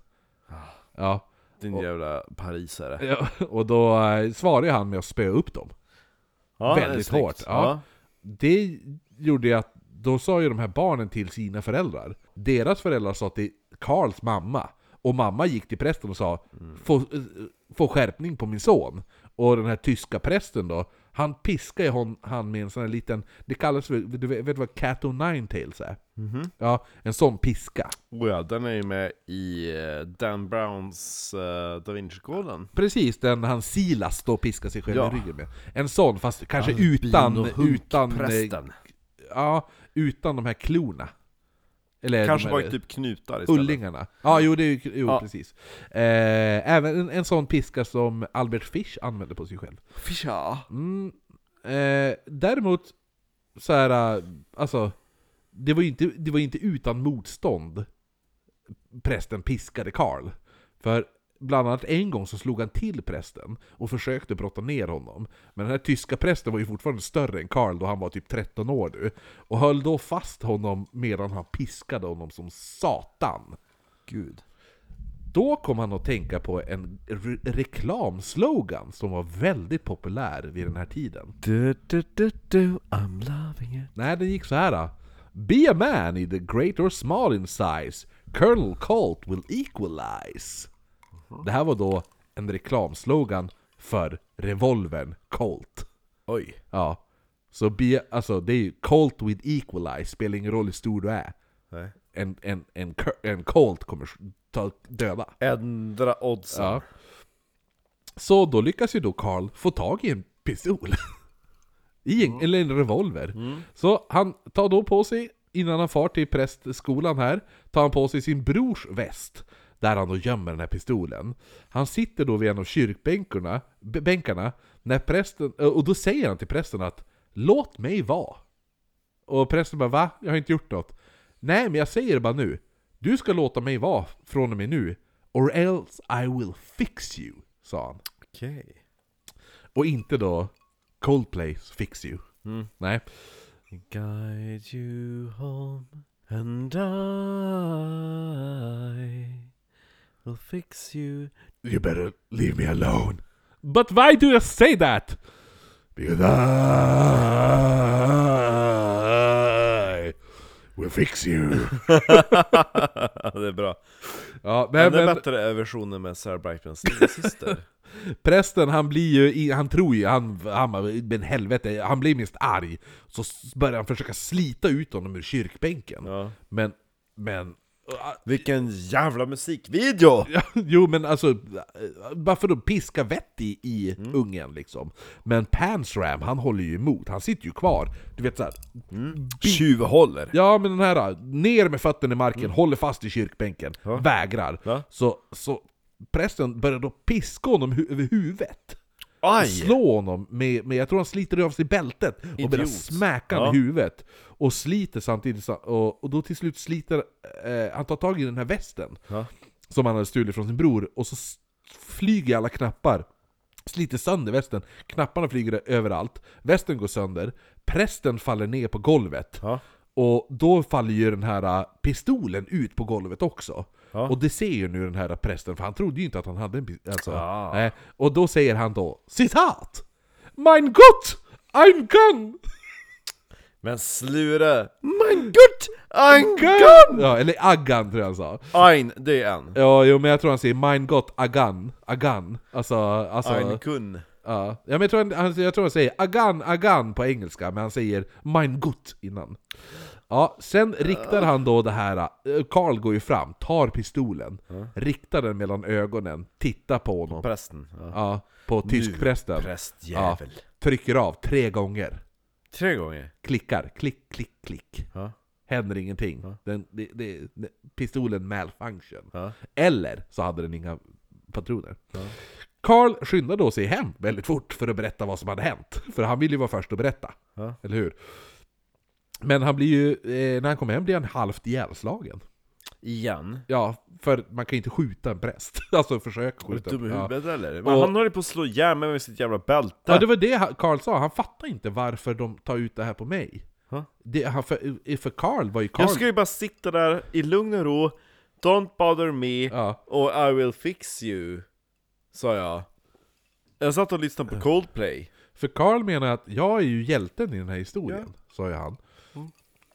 Ja. Din Och- jävla parisare. Ja, och då eh, svarade han med att spöa upp dem. Ja, väldigt det är snyggt. hårt, ja. Det gjorde ju att, då sa ju de här barnen till sina föräldrar. Deras föräldrar sa till Carls mamma. Och mamma gick till prästen och sa, få, eh, få skärpning på min son. Och den här tyska prästen då, han piskade hon, han med en sån här liten, det kallas för, du vet, vet du vad Cat O' Nine Tails är? Mhm. Ja, en sån piska. Oh ja, den är ju med i eh, Dan Browns uh, Da Vinci-koden. Precis, den han Silas då piskar sig själv Ja. i ryggen med. En sån, fast kanske Ja, utan, Bin och Hunk, utan, eh, prästen. ja, utan de här klorna. Eller Kanske de här bara typ knutar istället. ullingarna. Ja, jo, det är ju, jo Ja. precis. Eh, även en, en sån piska som Albert Fish använde på sig själv. Fischa. Mm, eh, däremot, så här, äh, alltså, det var ju inte, det var inte utan motstånd prästen piskade Carl. För bland annat en gång så slog han till prästen och försökte brotta ner honom. Men den här tyska prästen var ju fortfarande större än Carl då han var typ tretton år nu. Och höll då fast honom medan han piskade honom som satan. Gud. Då kom han att tänka på en re- reklamslogan som var väldigt populär vid den här tiden. Du, du, du, du, I'm loving it. Nej, den gick så här. Be a man either great or small in size. Colonel Colt will equalize. Det här var då en reklamslogan för revolvern Colt. Oj. Ja. Så be, alltså det är ju Colt will equalize, spelar ingen roll hur stor du är. Nej. En, en, en, en Colt kommer ta döda. Ändra oddsen. Ja. Så då lyckas ju då Carl få tag i en pistol. I en, eller en revolver. Mm. Så han tar då på sig innan han far till prästskolan här, tar han på sig sin brors väst, där han då gömmer den här pistolen. Han sitter då vid en av kyrkbänkarna, b- bänkarna, när prästen, och då säger han till prästen att låt mig vara. Och prästen bara, va? Jag har inte gjort något. Nej, men jag säger det bara nu. Du ska låta mig vara från och med nu, or else I will fix you, sa han. Okej. Okay. Och inte då Coldplay's Fix You. Mm. Nej. Guide you home and I will fix you. You better leave me alone. But why do you say that? Because I will fix you. Det är bra. Ja, men, nej, det är men bättre versionen med Sarah Brightmans syster. prästen, han blir ju, han tror ju, han, han men helvete, han blir minst arg. Så s- börjar han försöka slita ut honom ur kyrkbänken. Ja. Men, men Vilken jävla musikvideo! ja, jo men alltså, bara för att piska vett i, i mm. ungen liksom. Men Pansram, han håller ju emot, han sitter ju kvar. Du vet såhär mm. Tjuvhåller. Ja men den här, ner med fötterna i marken, mm. håller fast i kyrkbänken, ja. vägrar ja. Så, så prästen börjar då piska honom hu- över huvudet. Aj. Slå honom med, med, jag tror han sliter av sig bältet. Idiot. Och börjar smäcka ja. med huvudet. Och sliter samtidigt, och, och då till slut sliter eh, han tar tag i den här västen ja. som han hade stulit från sin bror. Och så flyger alla knappar, sliter sönder västen. Knapparna flyger överallt. Västen går sönder. Prästen faller ner på golvet ja. Och då faller ju den här pistolen ut på golvet också. Ja. Och det ser ju nu den här prästen, för han trodde ju inte att han hade en pistol. Alltså, ja. nej. Och då säger han då, citat! Mein Gott, ein Gun! Men slura, mein Gott, ein Gun! Ja, eller Agan tror jag han sa. Ein, det är en. Ja, jo, men jag tror han säger mein Gott, Agan. Agan. Alltså, alltså ein Gun. Ja, ja men jag tror, han, jag tror han säger Agan, Agan på engelska, men han säger mein Gott innan. Ja, sen riktar han då det här, Carl går ju fram, tar pistolen, mm. riktar den mellan ögonen, tittar på honom. Prästen. Ja, ja på tyskprästen. Prästjävel. Ja, trycker av tre gånger. Tre gånger? Klickar, klick, klick, klick. Ja. Händer ingenting. Ja. Den, det, det, det, pistolen malfunction. Ja. Eller så hade den inga patroner. Ja. Carl skyndar då sig hem väldigt fort för att berätta vad som hade hänt. För han ville ju vara först att berätta. Ja. Eller hur? Men han blir ju, eh, när han kommer hem blir han halvt ihjälslagen. Igen? Ja, för man kan inte skjuta en präst. Alltså försök skjuta. Är du dum i huvudet ja. eller? Men och, han håller på att slå ihjäl med sitt jävla bälte. Ja, det var det Carl sa. Han fattar inte varför de tar ut det här på mig. Huh? Det, han, för, för Carl var ju Carl... Jag ska ju bara sitta där i lugn och ro. Don't bother me. Ja. Och I will fix you, sa jag. Jag satt och lyssnade på Coldplay. För Carl menar att jag är ju hjälten i den här historien, ja. sa ju han. Mm.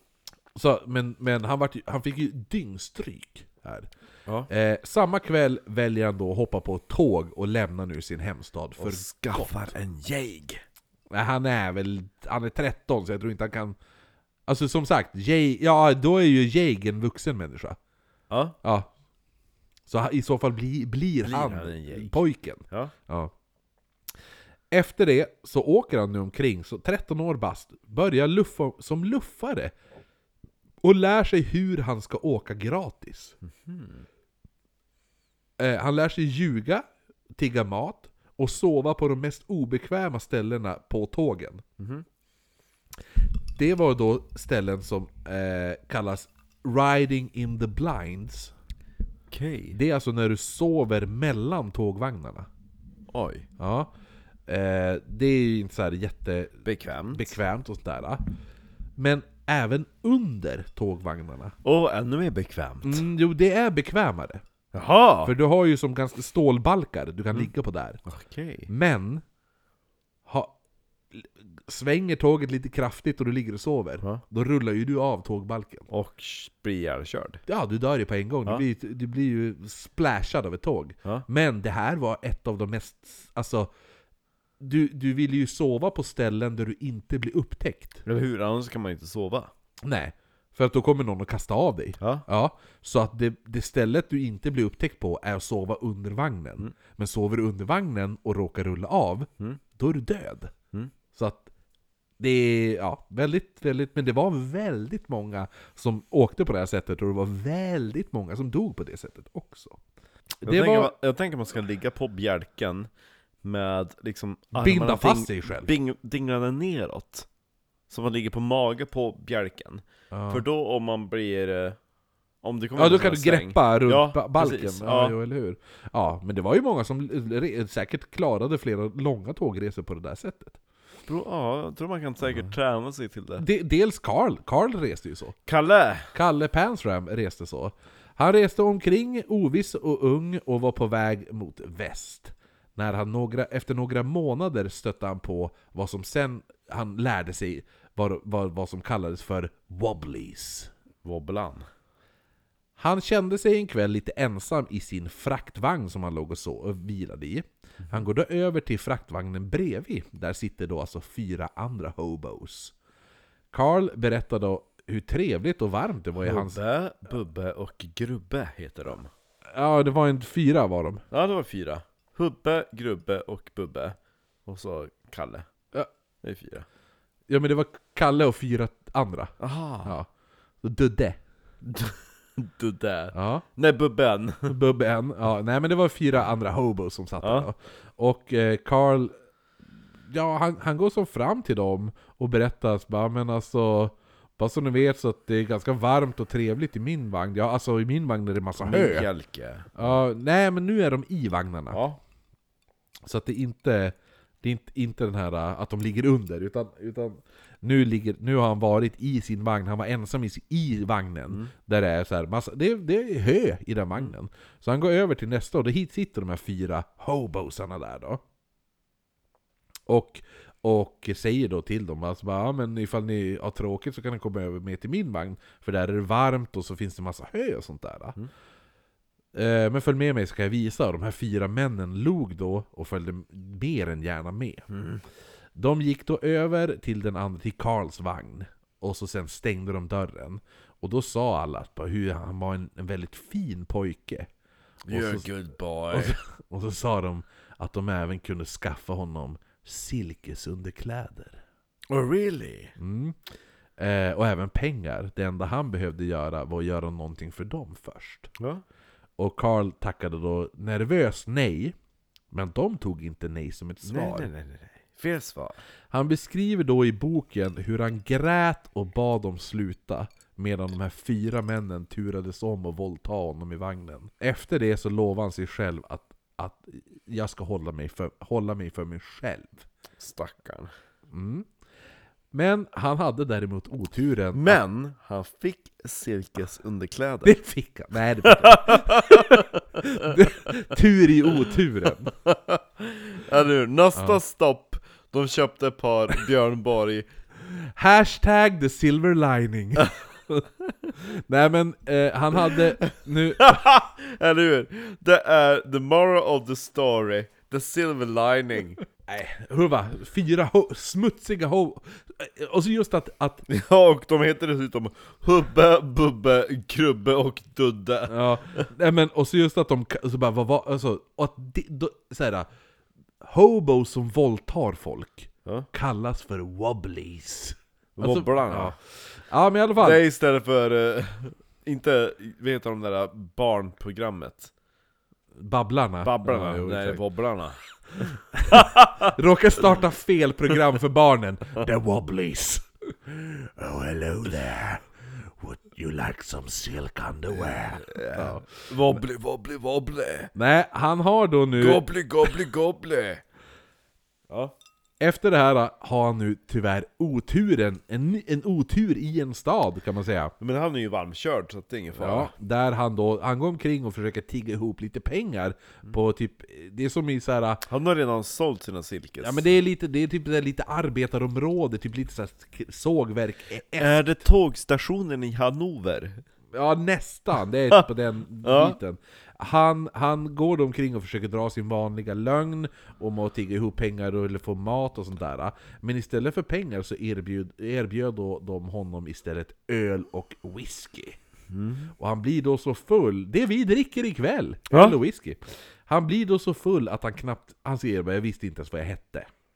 Så, men men han, var, han fick ju dyngstryk här. Ja. Eh, samma kväll väljer han då att hoppa på ett tåg och lämna nu sin hemstad för och skaffar gott. En jäg. Nej, han är väl han är tretton, så jag tror inte han kan. Alltså som sagt, jäg, ja då är ju jäg en vuxen människa. Ja. Ja. Så i så fall bli, blir, blir han, han pojken. Ja. Ja. Efter det så åker han nu omkring, så tretton år bast, börjar luffa som luffare och lär sig hur han ska åka gratis. Mm-hmm. eh, han lär sig ljuga, tigga mat och sova på de mest obekväma ställena på tågen. Mm-hmm. Det var då ställen som eh, kallas riding in the blinds. Okay. Det är alltså när du sover mellan tågvagnarna. Oj. Ja. Eh, det är ju inte så här jättebekvämt bekvämt och sådär. Men även under tågvagnarna. Och ännu mer bekvämt. Mm, jo, det är bekvämare. Jaha. För du har ju som ganska stålbalkar du kan mm. ligga på där. Okay. Men ha, svänger tåget lite kraftigt och du ligger och sover, ja. Då rullar ju du av tågbalken. Och blir ihjälkörd. Ja, du dör ju på en gång. Ja. Du, blir, du blir ju splashad av ett tåg. Ja. Men det här var ett av de mest... Alltså, du, du vill ju sova på ställen där du inte blir upptäckt. Eller hur? Annars kan man inte sova. Nej, för att då kommer någon att kasta av dig. Ja. Ja, så att det, det stället du inte blir upptäckt på är att sova under vagnen. Mm. Men sover du under vagnen och råkar rulla av, mm. då är du död. Mm. Så att Det är ja, väldigt, väldigt, men det var väldigt många som åkte på det här sättet, och det var väldigt många som dog på det sättet också. Jag, Det tänker, var jag tänker man ska ligga på bjälken med liksom binda armarna fast ding, sig själv. ding, dinglande neråt. Så man ligger på mage på bjälken. Ja. För då om man blir... eh, Om det kommer Ja, en då sån kan här du sväng. greppa runt Ja, ba- balken. precis. Ja, Ja. jo, eller hur? Ja, men det var ju många som re- säkert klarade flera långa tågresor på det där sättet. Bro, ja, jag tror man kan säkert träna sig till det. De- dels Carl. Carl reste ju så. Kalle! Kalle Pansram reste så. Han reste omkring oviss och ung och var på väg mot väst. När han några, efter några månader stötte han på vad som sen han lärde sig var, var, vad som kallades för wobblies. Wobblan. Han kände sig en kväll lite ensam i sin fraktvagn som han låg och, så, och vilade i. Han går då över till fraktvagnen bredvid. Där sitter då alltså fyra andra hobos. Carl berättade då hur trevligt och varmt det var i hans... Hubbe, Bubbe och Grubbe heter de. Ja, det var en fyra var de. Ja, det var fyra. Hubbe, Grubbe och Bubbe. Och så Kalle. Ja. Det är fyra. Ja, men det var Kalle och fyra andra. Aha. Ja. Så Dudde. Du där. Ja. Nej, Bubben. Bubbe en. Ja, nej, men det var fyra andra hobos som satt Ja. där då. Och eh, Carl... Ja, han, han går så fram till dem och berättar bara, men alltså... Bara så ni vet så att det är ganska varmt och trevligt i min vagn. Ja, alltså i min vagn är det massa hö. Mjälke. Ja, nej, men nu är de i vagnarna. Ja. Så att det inte... Det är inte, inte den här att de ligger under, utan, utan nu, ligger, nu har han varit i sin vagn, han var ensam i, i vagnen, mm. där det är så här massa, det, det är hö i den vagnen. Mm. Så han går över till nästa, och då hit sitter de här fyra hobosarna där då. Och, och säger då till dem, alltså bara, ja, men ifall ni har tråkigt så kan ni komma över med till min vagn, för där är det varmt och så finns det massa hö och sånt där. Mm. Men följ med mig så kan jag visa. De här fyra männen log då och följde mer än gärna med. Mm. De gick då över till den andra, till Carls vagn. Och så sen stängde de dörren. Och då sa alla att hur han var en, en väldigt fin pojke. You're och så, a good boy. Och så, och så sa de att de även kunde skaffa honom silkesunderkläder. Oh really? Mm. Eh, och även pengar. Det enda han behövde göra var att göra någonting för dem först. Ja. Och Carl tackade då nervöst nej. Men de tog inte nej som ett svar. Nej, nej, nej, nej. Fel svar. Han beskriver då i boken hur han grät och bad dem sluta, medan de här fyra männen turades om och våldta honom i vagnen. Efter det så lovar han sig själv att, att jag ska hålla mig för, hålla mig för mig själv. Stackarn. Mm. Men han hade däremot oturen. Men att... han fick silkesunderkläder. Det fick han. Nej, det fick han. Tur i oturen. Eller nästa ja. stopp. De köpte ett par Björn Borg. Hashtag the silver lining. Nej, men eh, han hade nu... Eller hur? Det är the moral of the story. The silver lining. Nej, hurva, fyra ho- smutsiga ho- och så just att, att ja, och de heter dessutom Hubbe, Bubbe, Krubbe och Dudde. ja, nej, men och så just att de så bara vad var alltså och att de, då, så här, hobos som våldtar folk ja. kallas för wobblies. Alltså, wobblarna. Ja. Ja, men i alla fall. Det är istället för uh, inte vet de där barnprogrammet. Babblarna. Babblarna. Ja, jo, Nej, exakt. wobblarna. Råkar starta fel program för barnen. The Wobblies. Oh, hello there. Would you like some silk underwear? Ja. Wobbly, wobbly, wobbly. Nej, han har då nu Gobbly, gobbly, gobbly. Ja. efter det här har han nu tyvärr oturen, en, en otur i en stad kan man säga. Men han är ju varmkörd så att det är ingen fara. Ja, där han då, han går omkring och försöker tigga ihop lite pengar mm. på typ, det är som i så här. Han har redan sålt sina silkes. Ja, men det är lite, det är typ det är lite arbetarområde, typ lite så här sågverk. Är det tågstationen i Hannover? Ja, nästan, det är på den ja. biten. Han, han går då omkring och försöker dra sin vanliga lögn om att tigga ihop pengar och, eller få mat och sånt där. Men istället för pengar så erbjöd, erbjöd då de honom istället öl och whisky. Mm. Och han blir då så full, det vi dricker ikväll, ja. öl och whisky. Han blir då så full att han knappt, han säger bara, jag visste inte ens vad jag hette.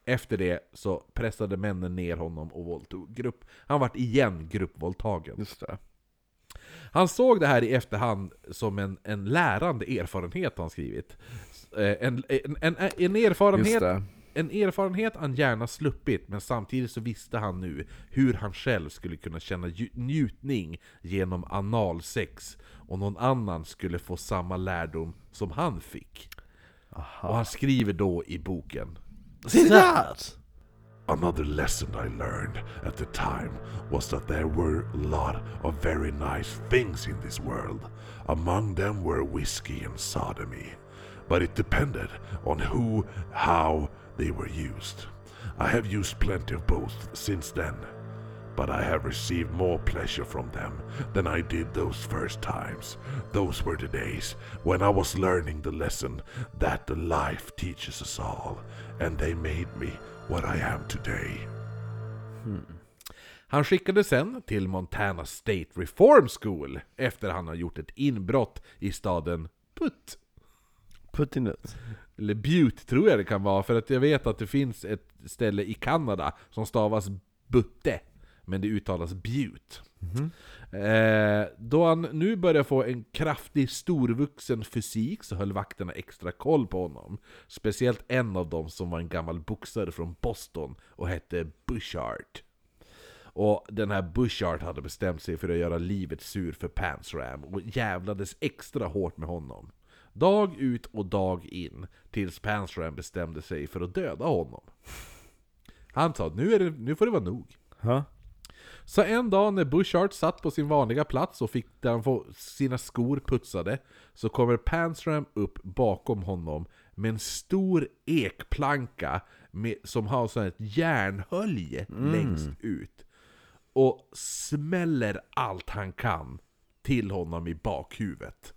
Efter det så pressade männen ner honom och våldtog grupp. Han vart igen gruppvåldtagen. Just det. Han såg det här i efterhand som en, en lärande erfarenhet han skrivit. Eh, En, en, en, en, erfarenhet, Just det. en erfarenhet han gärna sluppit, men samtidigt så visste han nu hur han själv skulle kunna känna ju- njutning genom analsex, och någon annan skulle få samma lärdom som han fick. Aha. Och han skriver då i boken: Citat! Another lesson I learned at the time was that there were a lot of very nice things in this world. Among them were whiskey and sodomy. But it depended on who, how they were used. I have used plenty of both since then, but I have received more pleasure from them than I did those first times. Those were the days when I was learning the lesson that the life teaches us all, and they made me what I am today. Han skickades sen till Montana State Reform School efter han har gjort ett inbrott i staden Putt. Puttinut. Eller Butte tror jag det kan vara, för att jag vet att det finns ett ställe i Kanada som stavas Butte, men det uttalas Butte. Mm-hmm. Eh, då han nu börjar få en kraftig storvuxen fysik så höll vakterna extra koll på honom. Speciellt en av dem som var en gammal boxare från Boston och hette Bushart. Och den här Bushart hade bestämt sig för att göra livet sur för Panzram och jävlades extra hårt med honom. Dag ut och dag in, tills Panzram bestämde sig för att döda honom. Han sa, nu, är det, nu får det vara nog. Ha? Så en dag när Bushart satt på sin vanliga plats och fick där han få sina skor putsade, så kommer Panzram upp bakom honom med en stor ekplanka med, som har så här ett järnhölje Mm. längst ut, och smäller allt han kan till honom i bakhuvudet.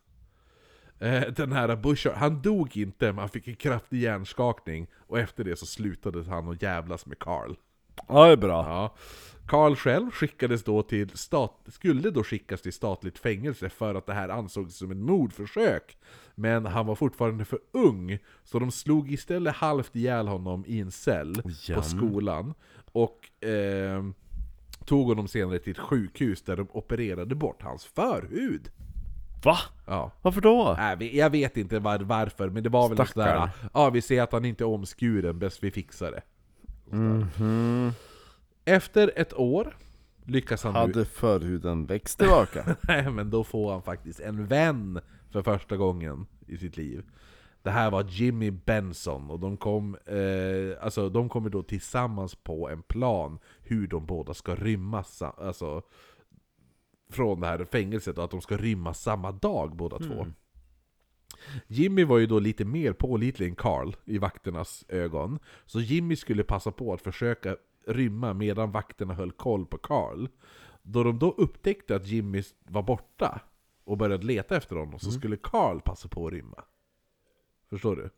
Eh, Den här Bushart, han dog inte, men han fick en kraftig hjärnskakning, och efter det så slutade han att jävlas med Carl. Ja, det är bra. Ja. Carl själv skickades då till stat, skulle då skickas till statligt fängelse för att det här ansågs som ett mordförsök. Men han var fortfarande för ung, så de slog istället halvt ihjäl honom i en cell Jam. på skolan. Och eh, tog honom senare till ett sjukhus där de opererade bort hans förhud. Va? Ja. Varför då? Nej, jag vet inte var, varför, men det var väl Stackarn. sådär. Ja, vi ser att han inte är omskuren, bäst vi fixar det. Mhm. Efter ett år lyckas han nu... Hade förhuden växt tillbaka? Nej, men då får han faktiskt en vän för första gången i sitt liv. Det här var Jimmy Benson, och de kom eh, alltså de kommer då tillsammans på en plan hur de båda ska rymma sa- alltså från det här fängelset, och att de ska rymma samma dag båda Mm. två. Jimmy var ju då lite mer pålitlig än Carl i vakternas ögon, så Jimmy skulle passa på att försöka rymma medan vakterna höll koll på Carl. Då de då upptäckte att Jimmy var borta och började leta efter honom, så skulle Carl passa på att rymma. Förstår du?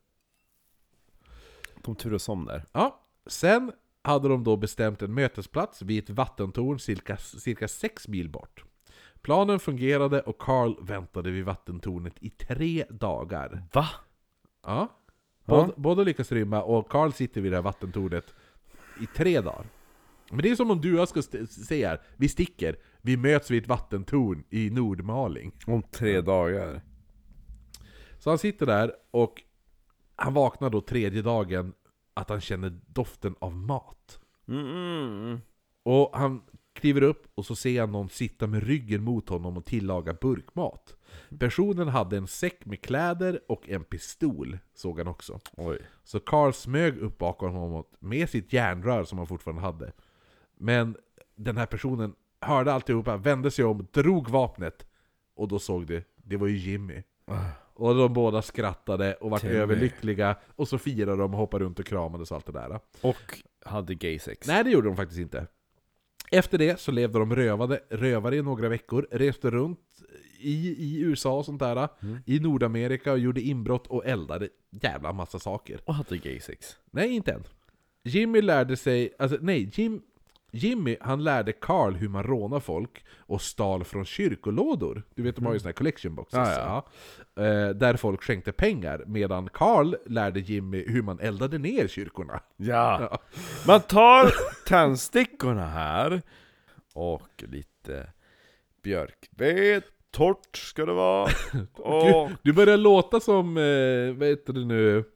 De turas om där. Ja, sen hade de då bestämt en mötesplats vid ett vattentorn cirka, cirka sex mil bort. Planen fungerade och Carl väntade vid vattentornet i tre dagar. Va? Ja. Ja. Båda, båda lyckas rymma, och Carl sitter vid det här vattentornet i tre dagar. Men det är som om du och jag ska st- säga här, vi sticker, vi möts vid ett vattentorn i Nordmaling. Om tre dagar. Så han sitter där, och han vaknar då tredje dagen att han känner doften av mat. Mm-mm. Och han kliver upp, och så ser han någon sitta med ryggen mot honom och tillaga burkmat. Personen hade en säck med kläder och en pistol, såg han också. Oj. Så Carl smög upp bakom honom med sitt järnrör som han fortfarande hade. Men den här personen hörde alltihopa, vände sig om, drog vapnet, och då såg det, det var ju Jimmy. Och de båda skrattade och var Timmy. överlyckliga, och så firade de och hoppade runt och kramades och allt det där. Och hade gay sex. Nej, det gjorde de faktiskt inte. Efter det så levde de rövade, rövare i några veckor, reste runt i, i U S A och sånt där, Mm. i Nordamerika, och gjorde inbrott och eldade jävla massa saker. Och hade gay sex. Nej, inte än. Jimmy lärde sig, alltså nej, Jim, Jimmy, han lärde Carl hur man rånar folk och stal från kyrkolådor. Du vet, de har ju såna här collection boxes. Ja, ja. Ja. Eh, där folk skänkte pengar, medan Carl lärde Jimmy hur man eldade ner kyrkorna. Ja. Ja. Man tar tändstickorna här och lite björkved, torrt ska det vara. Och Du, du börjar låta som, eh, vad heter det nu,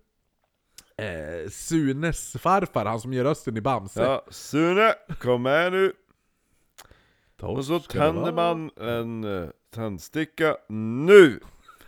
eh, Sunes farfar, han som gör rösten i Bamse. ja, Sune, kom med nu. Torrt Och så ska det tänder vara. man en uh, tändsticka nu.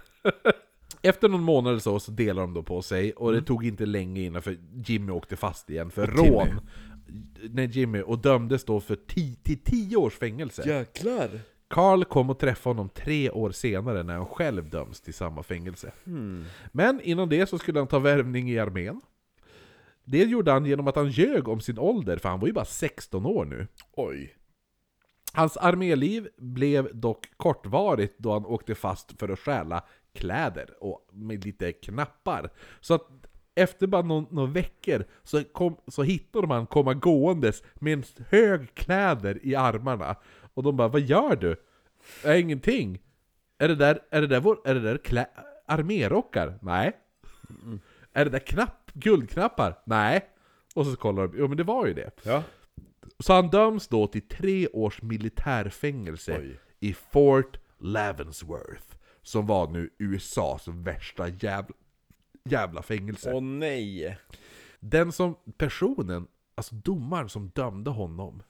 Efter någon månad eller så, så delar de då på sig. Och det tog inte länge innan för Jimmy åkte fast igen för Timmy. rån. Nej, Jimmy. Och dömdes då för tio till tio års fängelse. Jäklar. Carl kom och träffade honom tre år senare när han själv döms till samma fängelse. Hmm. Men innan det så skulle han ta värvning i armén. Det gjorde han genom att han ljög om sin ålder, för han var ju bara sexton år nu. Oj. Hans arméliv blev dock kortvarigt då han åkte fast för att stjäla kläder och med lite knappar. Så att efter bara någon, några veckor så, kom, så hittade man komma gåendes med en hög kläder i armarna. Och de bara, vad gör du? Är ingenting. Är det där, är det där, vår, är det där klä, armérockar? Nej. Mm. Är det där knapp, guldknappar? Nej. Och så kollar de, jo men det var ju det. Ja. Så han döms då till tre års militärfängelse Oj. i Fort Leavenworth, som var nu U S A:s värsta jävla, jävla fängelse. Åh nej. Den som personen, alltså domaren som dömde honom,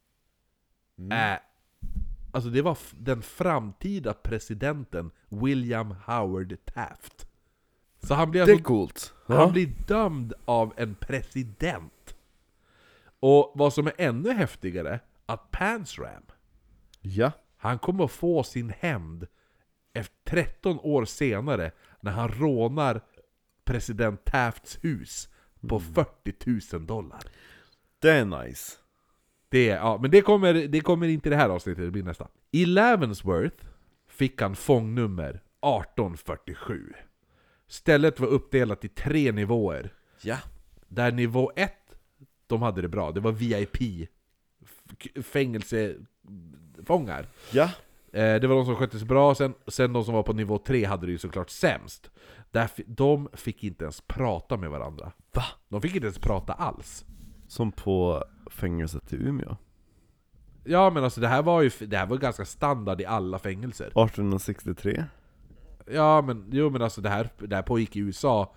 Mm. är, alltså det var f- den framtida presidenten William Howard Taft. Så han blir Det är alltså, coolt. han Ja. blir dömd av en president. Och vad som är ännu häftigare, att Panzram, Ja. han kommer att få sin hämnd efter tretton år senare när han rånar president Tafts hus på fyrtio tusen dollar. Det är nice. Det är, ja, men det kommer, det kommer inte i det här avsnittet, det blir nästa. I Leavenworth fick han fångnummer arton fyrtiosju. Stället var uppdelat i tre nivåer. Ja. Där nivå ett, de hade det bra, det var V I P f- fängelsefångar. Ja. Eh, det var de som skötte sig bra, sen, sen de som var på nivå tre hade det ju såklart sämst. Därför, de fick inte ens prata med varandra. Va? De fick inte ens prata alls. Som på fängelset i Umeå. Ja men alltså det här var ju det här var ganska standard i alla fängelser. arton sextiotre. Ja men, jo men alltså det här, det här pågick i U S A.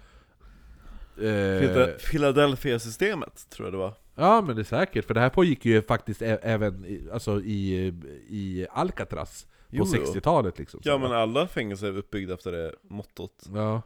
Eh, Philadelphia-systemet tror jag det var. ja men det är säkert, för det här pågick ju faktiskt ä- även i, alltså i, i Alcatraz på Jo, jo. sextiotalet liksom. Ja, men alla fängelser är uppbyggda efter det mottot Ja.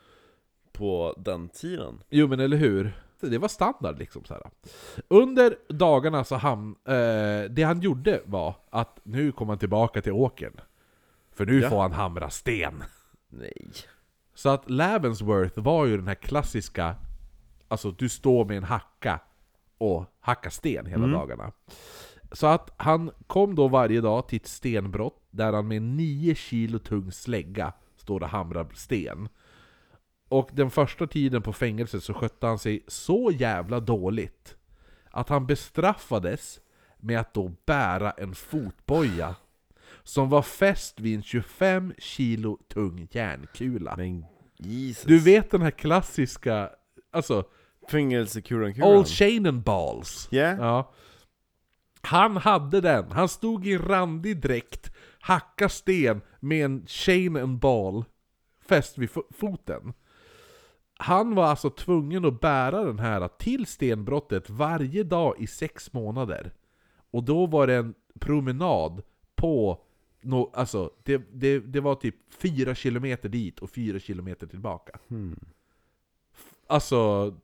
på den tiden. Jo men eller hur? Det var standard liksom så här. Under dagarna så han, eh, det han gjorde var att nu kom han tillbaka till åkern. För nu Ja. får han hamra sten. Nej. Så att Leavenworth var ju den här klassiska, alltså du står med en hacka och hackar sten hela Mm. dagarna. Så att han kom då varje dag till ett stenbrott där han med nio kilo tung slägga står och hamrar sten. Och den första tiden på fängelset så skötte han sig så jävla dåligt att han bestraffades med att då bära en fotboja som var fäst vid en tjugofem kilo tung järnkula. Men Jesus. Du vet den här klassiska, alltså Fängelsekuran kuran. Old Shannon Balls. Yeah. Ja. Han hade den. Han stod i randig dräkt, hacka sten med en chain and ball fäst vid fo- foten. Han var alltså tvungen att bära den här till stenbrottet varje dag i sex månader. Och då var det en promenad på no, alltså det, det, det var typ fyra kilometer dit och fyra kilometer tillbaka. Hmm. Alltså,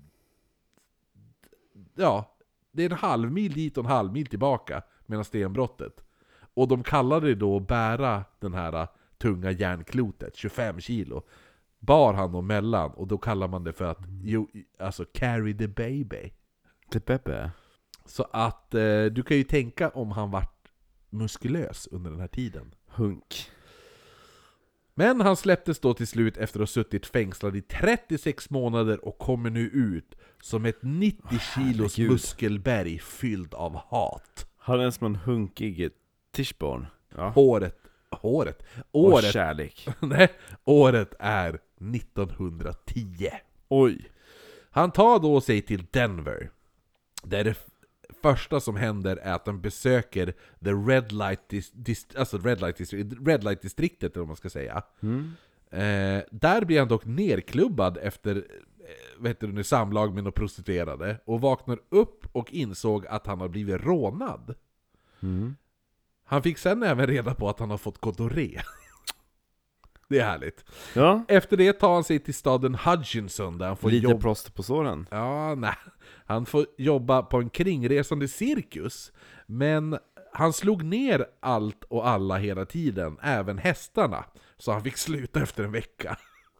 ja, det är en halv mil dit och en halv mil tillbaka mellan stenbrottet. Och de kallade det då att bära den här tunga järnklotet, tjugofem kilo. Bar han dem mellan, och då kallar man det för att, jo, alltså carry the baby. Det Pepe. Så att eh, du kan ju tänka om han vart muskulös under den här tiden. Hunk. Men han släpptes då till slut efter att ha suttit fängslad i trettiosex månader och kommer nu ut som ett nittio kilos herregud. muskelberg fylld av hat. Han är som en hunkig Tischborn. Ja. Håret, håret, Och året, kärlek. nej, året är nittonhundratio. Oj. Han tar då sig till Denver. Där det f- första som händer är att han besöker the Red Light, dis- dis- alltså Red Light, district, Red Light distriktet, eller vad man ska säga. Mm. Eh, där blir han dock nerklubbad efter eh, vet du, nu, samlag med några prostituerade och vaknar upp och insåg att han har blivit rånad. Mm. Han fick sen även reda på att han har fått gonorré. Det är härligt. Ja. Efter det tar han sig till staden Hutchinson där han får Lite jobba. plåster på såren. Ja, nej. Han får jobba på en kringresande cirkus. Men han slog ner allt och alla hela tiden, även hästarna. Så han fick sluta efter en vecka.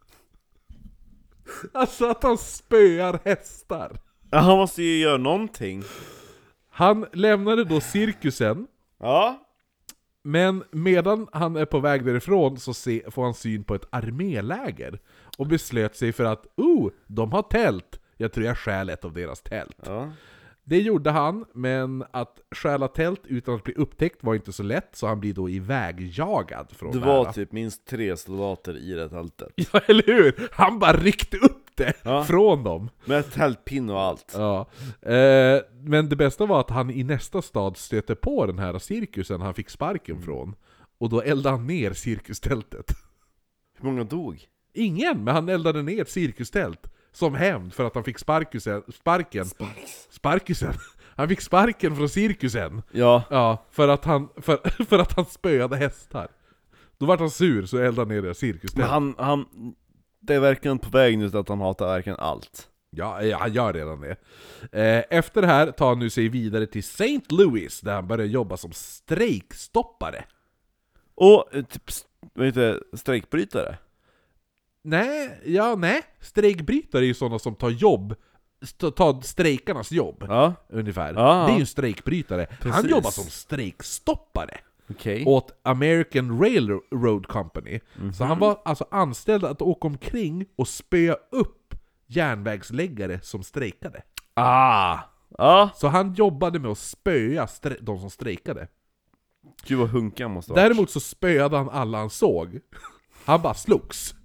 Alltså att han spöar hästar. Ja, han måste ju göra någonting. Han lämnade då cirkusen. Ja. Men medan han är på väg därifrån så se, får han syn på ett arméläger. Och beslöt sig för att, oh, de har tält. Jag tror jag stjäl ett av deras tält. Ja. Det gjorde han, men att stjäla tält utan att bli upptäckt var inte så lätt. Så han blir då ivägjagad från Det det var här. typ minst tre soldater i det tältet. Ja, eller hur? Han bara ryckte upp det Ja. från dem. Med tältpinn och allt. Ja. Eh, men det bästa var att han i nästa stad stötte på den här cirkusen han fick sparken från. Och då eldade han ner cirkustältet. Hur många dog? Ingen, men han eldade ner ett cirkustält som hämnd för att han fick sparkusen, sparken. Sparks. Sparkusen. Han fick sparken från cirkusen. Ja. Ja, för att han, för, för att han spöade hästar. Då var han sur, så eldade han ner det Men cirkustältet. han, han... Det är verkligen på väg nu att han hatar verkligen allt. Ja, ja, han gör redan det. Eh, efter det här tar han nu sig vidare till Saint Louis, där han börjar jobba som strejkstoppare. Och eh, typ, vad heter det, strejkbrytare? Nej, ja, nej. Strejkbrytare är ju sådana som tar jobb, st- tar strejkarnas jobb, Ja. ungefär. Ja. Det är ju en strejkbrytare. Han Precis. jobbar som strejkstoppare Okej. åt American Railroad Company. Så han var alltså anställd att åka omkring och spöa upp järnvägsläggare som strejkade. Ah. Ja. Så han jobbade med att spöa stre- de som strejkade. Gud vad hunkan måste vara. Däremot så spöade han alla han såg. Han bara slogs.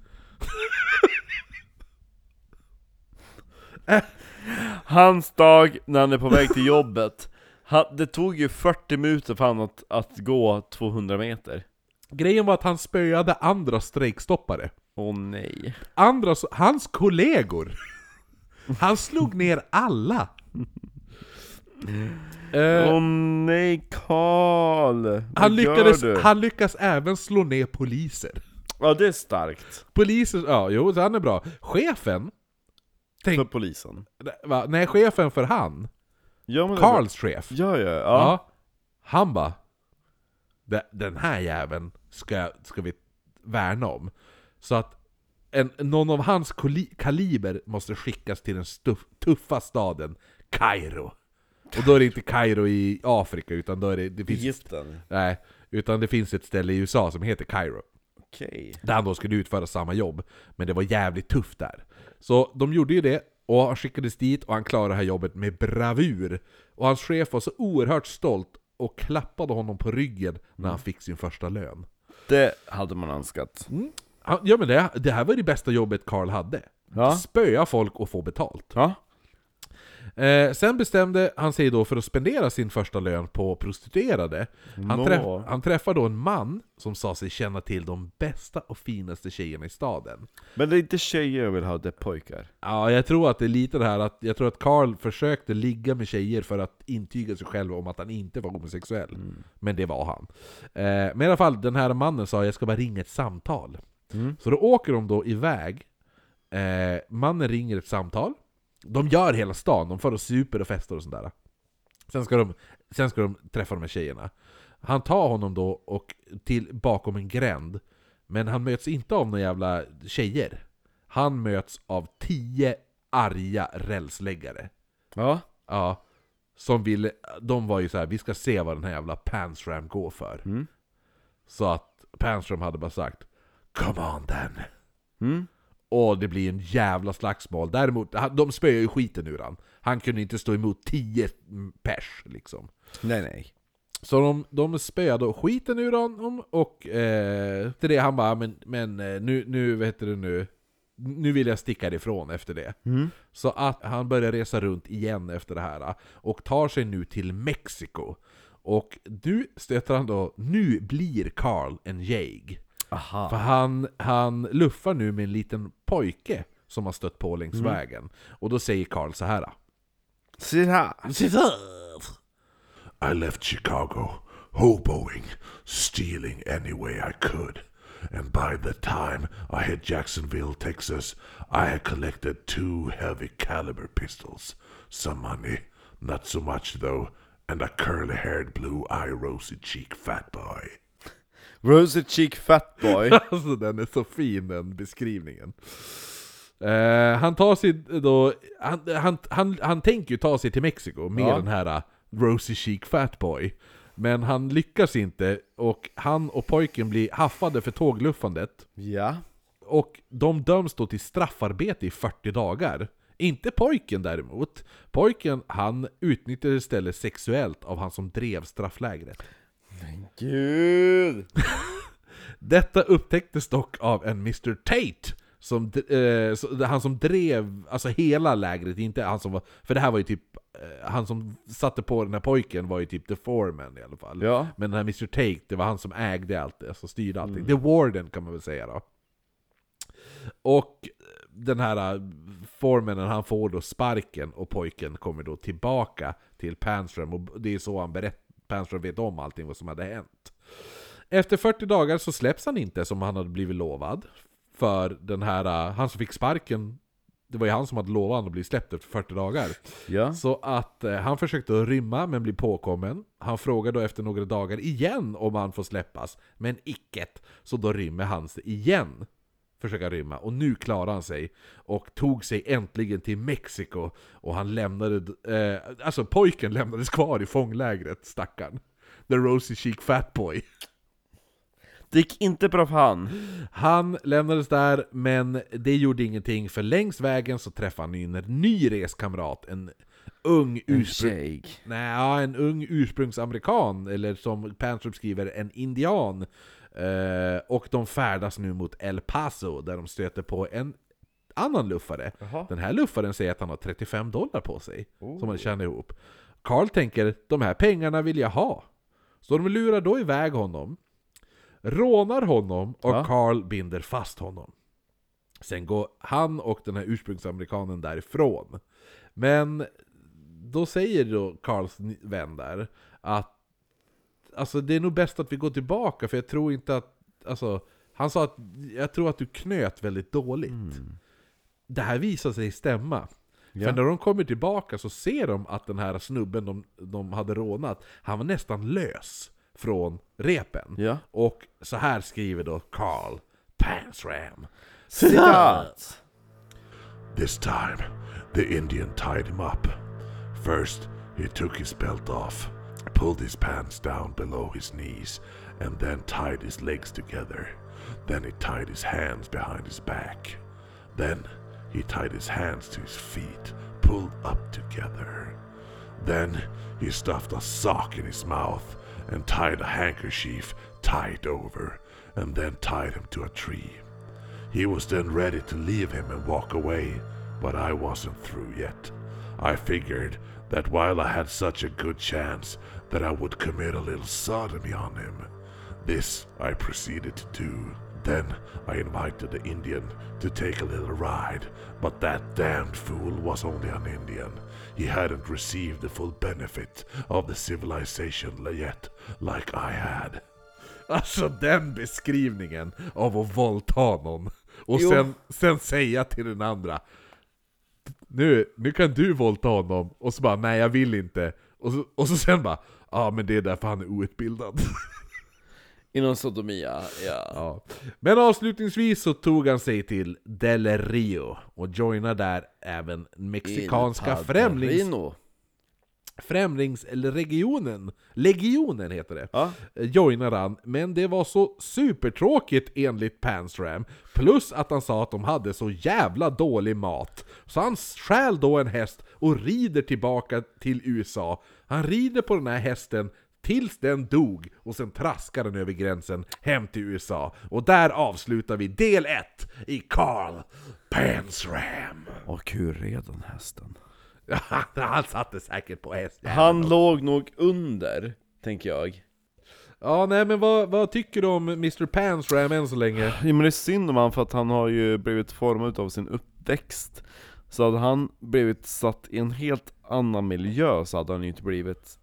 Hans dag när han är på väg till jobbet. Han, det tog ju fyrtio minuter för han att, att gå tvåhundra meter. Grejen var att han spöade andra strejkstoppare. Åh nej. Andra, hans kollegor. Han slog ner alla. Eh, Åh nej, Karl. Vad han, gör lyckades, du? han lyckas även slå ner poliser. Ja, det är starkt. Poliser, ja, jo, så han är bra. Chefen, För tänk, polisen. va, nej, chefen för han, Ja, men det- Carls chef, Ja, ja, ja. ja, han bara, den här jäveln ska, ska vi värna om. Så att en, någon av hans koli- kaliber måste skickas till den stuff, tuffa staden Kairo. Och då är det inte Kairo i Afrika, utan då är det, det finns, Egypten. nej, utan det finns ett ställe i U S A som heter Kairo. Okej. Där han då skulle utföra samma jobb. Men det var jävligt tufft där. Så de gjorde ju det, och han skickades dit och han klarade det här jobbet med bravur. Och hans chef var så oerhört stolt och klappade honom på ryggen när han fick sin första lön. Det hade man önskat. Mm. Han, ja men det, det här var det bästa jobbet Carl hade. Ja. Spöa folk och få betalt. Ja. Eh, sen bestämde han sig då för att spendera sin första lön på prostituerade. Han, Nå. träff, han träffar då en man som sa sig känna till de bästa och finaste tjejerna i staden. Men det är inte tjejer jag vill ha, det är pojkar. Ja, jag tror att det är lite det här att jag tror att Carl försökte ligga med tjejer för att intyga sig själv om att han inte var homosexuell. Mm. Men det var han. Eh, men i alla fall, den här mannen sa jag ska bara ringa ett samtal. Mm. Så då åker de då iväg. Eh, mannen ringer ett samtal. De gör hela stan, de får och super och festar och sånt där. Sen ska de, sen ska de träffa de här tjejerna. Han tar honom då och till bakom en gränd. Men han möts inte av några jävla tjejer. Han möts av tio arga rälsläggare. Ja. Ja. Som ville, de var ju så här: vi ska se vad den här jävla Panstram går för. Mm. Så att Panstram hade bara sagt: Come on then. Mm. Och det blir en jävla slagsmål. Däremot, han- de spöar ju skiten ur han. Han kunde inte stå emot tio pers liksom. Nej, nej. Så de, de spöade skiten ur honom. Och eh, till det han bara, men, men eh, nu, nu vet du nu. Nu vill jag sticka ifrån efter det. Mm. Så att han börjar resa runt igen efter det här. Och tar sig nu till Mexiko. Och nu stöter han då, nu blir Carl en jäg. Aha. För han, han luffar nu med en liten pojke som har stött på längs Mm. vägen. Och då säger Carl så här. Se här. I left Chicago, hoboing, stealing any way I could. And by the time I hit Jacksonville, Texas, I had collected two heavy caliber pistols, some money, not so much though, and a curly-haired, blue-eyed, rosy-cheeked fat boy. Rosy cheek fat boy. Alltså den är så fin, den beskrivningen. Eh, han tar sig då, han, han, han, han tänker ju ta sig till Mexiko med Ja. den här uh, Rosy Chic Fat Boy. Men han lyckas inte, och han och pojken blir haffade för tågluffandet. Ja. Och de döms då till straffarbete i fyrtio dagar. Inte pojken däremot. Pojken, han utnyttjade istället sexuellt av han som drev strafflägret. Men gud. Detta upptäcktes dock av en mister Tate, som, eh, så, han som drev alltså hela lägret, inte han som var, för det här var ju typ eh, han som satte på den här pojken var ju typ the foreman i alla fall. Ja. Men den här mister Tate, det var han som ägde allt, alltså styrde allting. The warden kan man väl säga då. Och den här uh, formanen, han får då sparken, och pojken kommer då tillbaka till Panström, och det är så han berättar. Panström vet om allting vad som hade hänt. Efter fyrtio dagar så släpps han inte som han hade blivit lovad. För den här, uh, han som fick sparken, det var ju han som hade lovat honom att bli släppt efter fyrtio dagar. Ja. Så att uh, han försökte rymma men blir påkommen. Han frågar då efter några dagar igen om han får släppas, men icket. Så då rymmer han sig igen. Försöka rymma, och nu klarar han sig och tog sig äntligen till Mexiko, och han lämnade eh, alltså pojken lämnades kvar i fånglägret, stackarn. The Rosy Chic Fat Boy. Det gick inte bra för han. Han lämnades där, men det gjorde ingenting, för längs vägen så träffade han en ny reskamrat, en ung ursprung... tjej. Nej, ja, en ung ursprungsamerikan, eller som Panström skriver, en indian. Uh, och de färdas nu mot El Paso, där de stöter på en annan luffare. Jaha. Den här luffaren säger att han har trettiofem dollar på sig, Oh. som han tjänar ihop. Carl tänker, de här pengarna vill jag ha. Så de lurar då iväg honom, rånar honom, och Ja. Carl binder fast honom. Sen går han och den här ursprungsamerikanen därifrån. Men då säger då Carls vän där att alltså det är nog bäst att vi går tillbaka, för jag tror inte att, alltså, han sa att jag tror att du knöt väldigt dåligt. Mm. Det här visar sig stämma. Ja. För när de kommer tillbaka så ser de att den här snubben de, de hade rånat, han var nästan lös från repen. Ja. Och så här skriver då Carl Panström. Citat. This time, the Indian tied him up. First, he took his belt off, pulled his pants down below his knees, and then tied his legs together. Then he tied his hands behind his back. Then he tied his hands to his feet, pulled up together. Then he stuffed a sock in his mouth and tied a handkerchief tight over, and then tied him to a tree. He was then ready to leave him and walk away, but I wasn't through yet. I figured that while I had such a good chance that I would commit a little sodomy on him. This I proceeded to do. Then I invited the Indian to take a little ride, but that damned fool was only an Indian. He hadn't received the full benefit of the civilization yet, like I had. Alltså den beskrivningen av att våldta någon och Jo. sen, sen säga till den andra, nu, nu kan du våldta honom, och så bara, nej jag vill inte, och så, och så sen bara, ja ah, men det är därför han är outbildad. Inom sodomia, ja. Ja. Men avslutningsvis så tog han sig till Del Rio och joinar där även mexikanska Il främlings... Padrino. främlingsregionen, legionen heter det, Ja. joinar han, men det var så supertråkigt enligt Panzram, plus att han sa att de hade så jävla dålig mat. Så han stjäl då en häst och rider tillbaka till U S A. Han rider på den här hästen tills den dog, och sen traskar den över gränsen hem till U S A. Och där avslutar vi del ett i Carl Panzram. Och hur red den hästen? Han satte säkert på häst. Han låg nog under, tänker jag. Ja, nej, men vad, vad tycker du om mister Panzram än så länge? Ja, men det är synd om han, för att han har ju blivit formad av sin uppväxt. Så hade han blivit satt i en helt annan miljö så hade han ju inte blivit...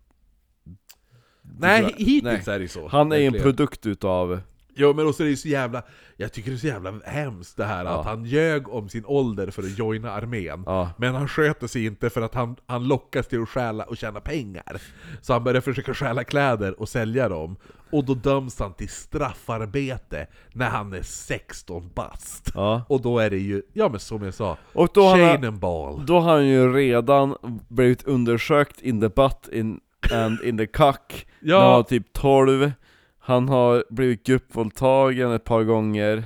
Nej, hittills Nej. är det så. Han är en verkligen. produkt utav... Jo, men också är det så jävla... Jag tycker det är så jävla hemskt det här Ja. att han ljög om sin ålder för att joina armén. Ja. Men han sköter sig inte för att han, han lockas till att stjäla och tjäna pengar. Så han börjar försöka stjäla kläder och sälja dem. Och då döms han till straffarbete när han är sexton bast. Ja. Och då är det ju, ja men som jag sa, Och då har, Shane han, and Ball. då har han ju redan blivit undersökt in the butt in, and in the cock. Ja. När han var typ tolv. Han har blivit gruppvåldtagen ett par gånger.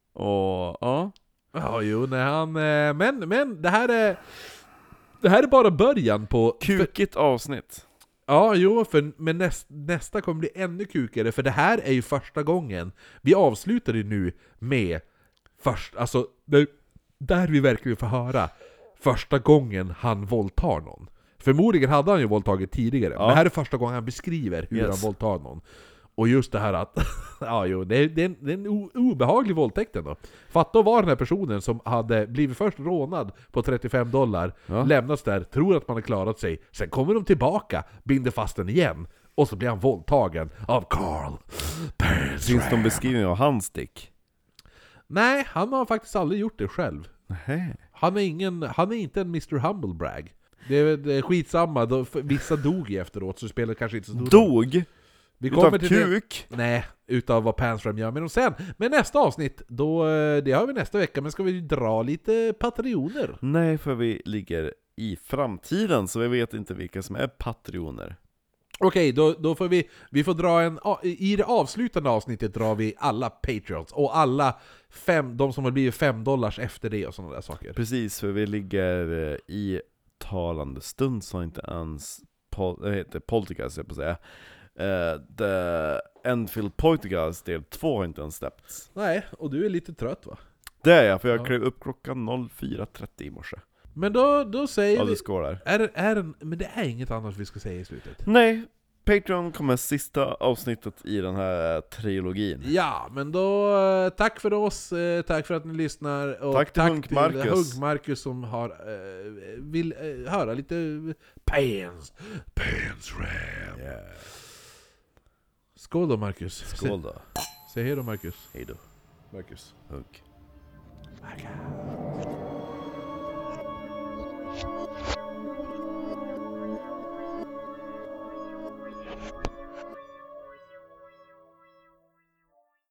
Och ja. Ja, jo, nej, han... eh, Men, men det här är... Det här är bara början på... För, Kukigt avsnitt. ja, jo, för, men näst, nästa kommer bli ännu kukigare. För det här är ju första gången. Vi avslutar ju nu med... Först, alltså, det, där vi verkligen får höra första gången han våldtar någon. Förmodligen hade han ju våldtagit tidigare. Ja. Men det här är första gången han beskriver hur Yes. han våldtar någon. Och just det här att, ja jo, det är, det är en, det är en o, obehaglig våldtäkt ändå. Fatta att vara den här personen som hade blivit först rånad på trettiofem dollar, Ja. lämnas där, tror att man har klarat sig, sen kommer de tillbaka, binder fast den igen, och så blir han våldtagen av Carl Panzram. Finns det en beskrivning av hans dick? Nej, han har faktiskt aldrig gjort det själv. Nej. Han är, ingen, han är inte en mister Humblebrag. Det är, det är skitsamma, då, för vissa dog ju efteråt, så det spelar kanske inte så stor roll. Dog? Vi Utav kommer till det. kuk? Nej, utav vad Panzram gör med dem sen. Men nästa avsnitt, då, det har vi nästa vecka, men ska vi dra lite patroner? Nej, för vi ligger i framtiden, så vi vet inte vilka som är patroner. Okej, då, då får vi, vi får dra en, i det avslutande avsnittet drar vi alla Patreons, och alla fem, de som har blivit fem dollars efter det och sådana där saker. Precis, för vi ligger eh, i talande stund, så inte ens pol- äh, heter Poltergeist, jag på att säga. Uh, The Enfield Poltergeist del två har inte ens släppts. Nej, och du är lite trött va? Det är jag, för jag Ja. klev upp klockan fyra trettio i morse. Men då, då säger Ja, vi... det skålar. Är, är en, men det är inget annat vi ska säga i slutet. Nej, Patreon kommer sista avsnittet i den här trilogin. Ja, men då eh, tack för oss, eh, tack för att ni lyssnar, och Tack till Hunk Marcus. Hunk Marcus som har, eh, vill eh, höra lite Pans, Panzram. Yeah. Skål då Marcus. Skål då. Sä, säg hej då Marcus. Hej då, Marcus. Hunk. Marcus.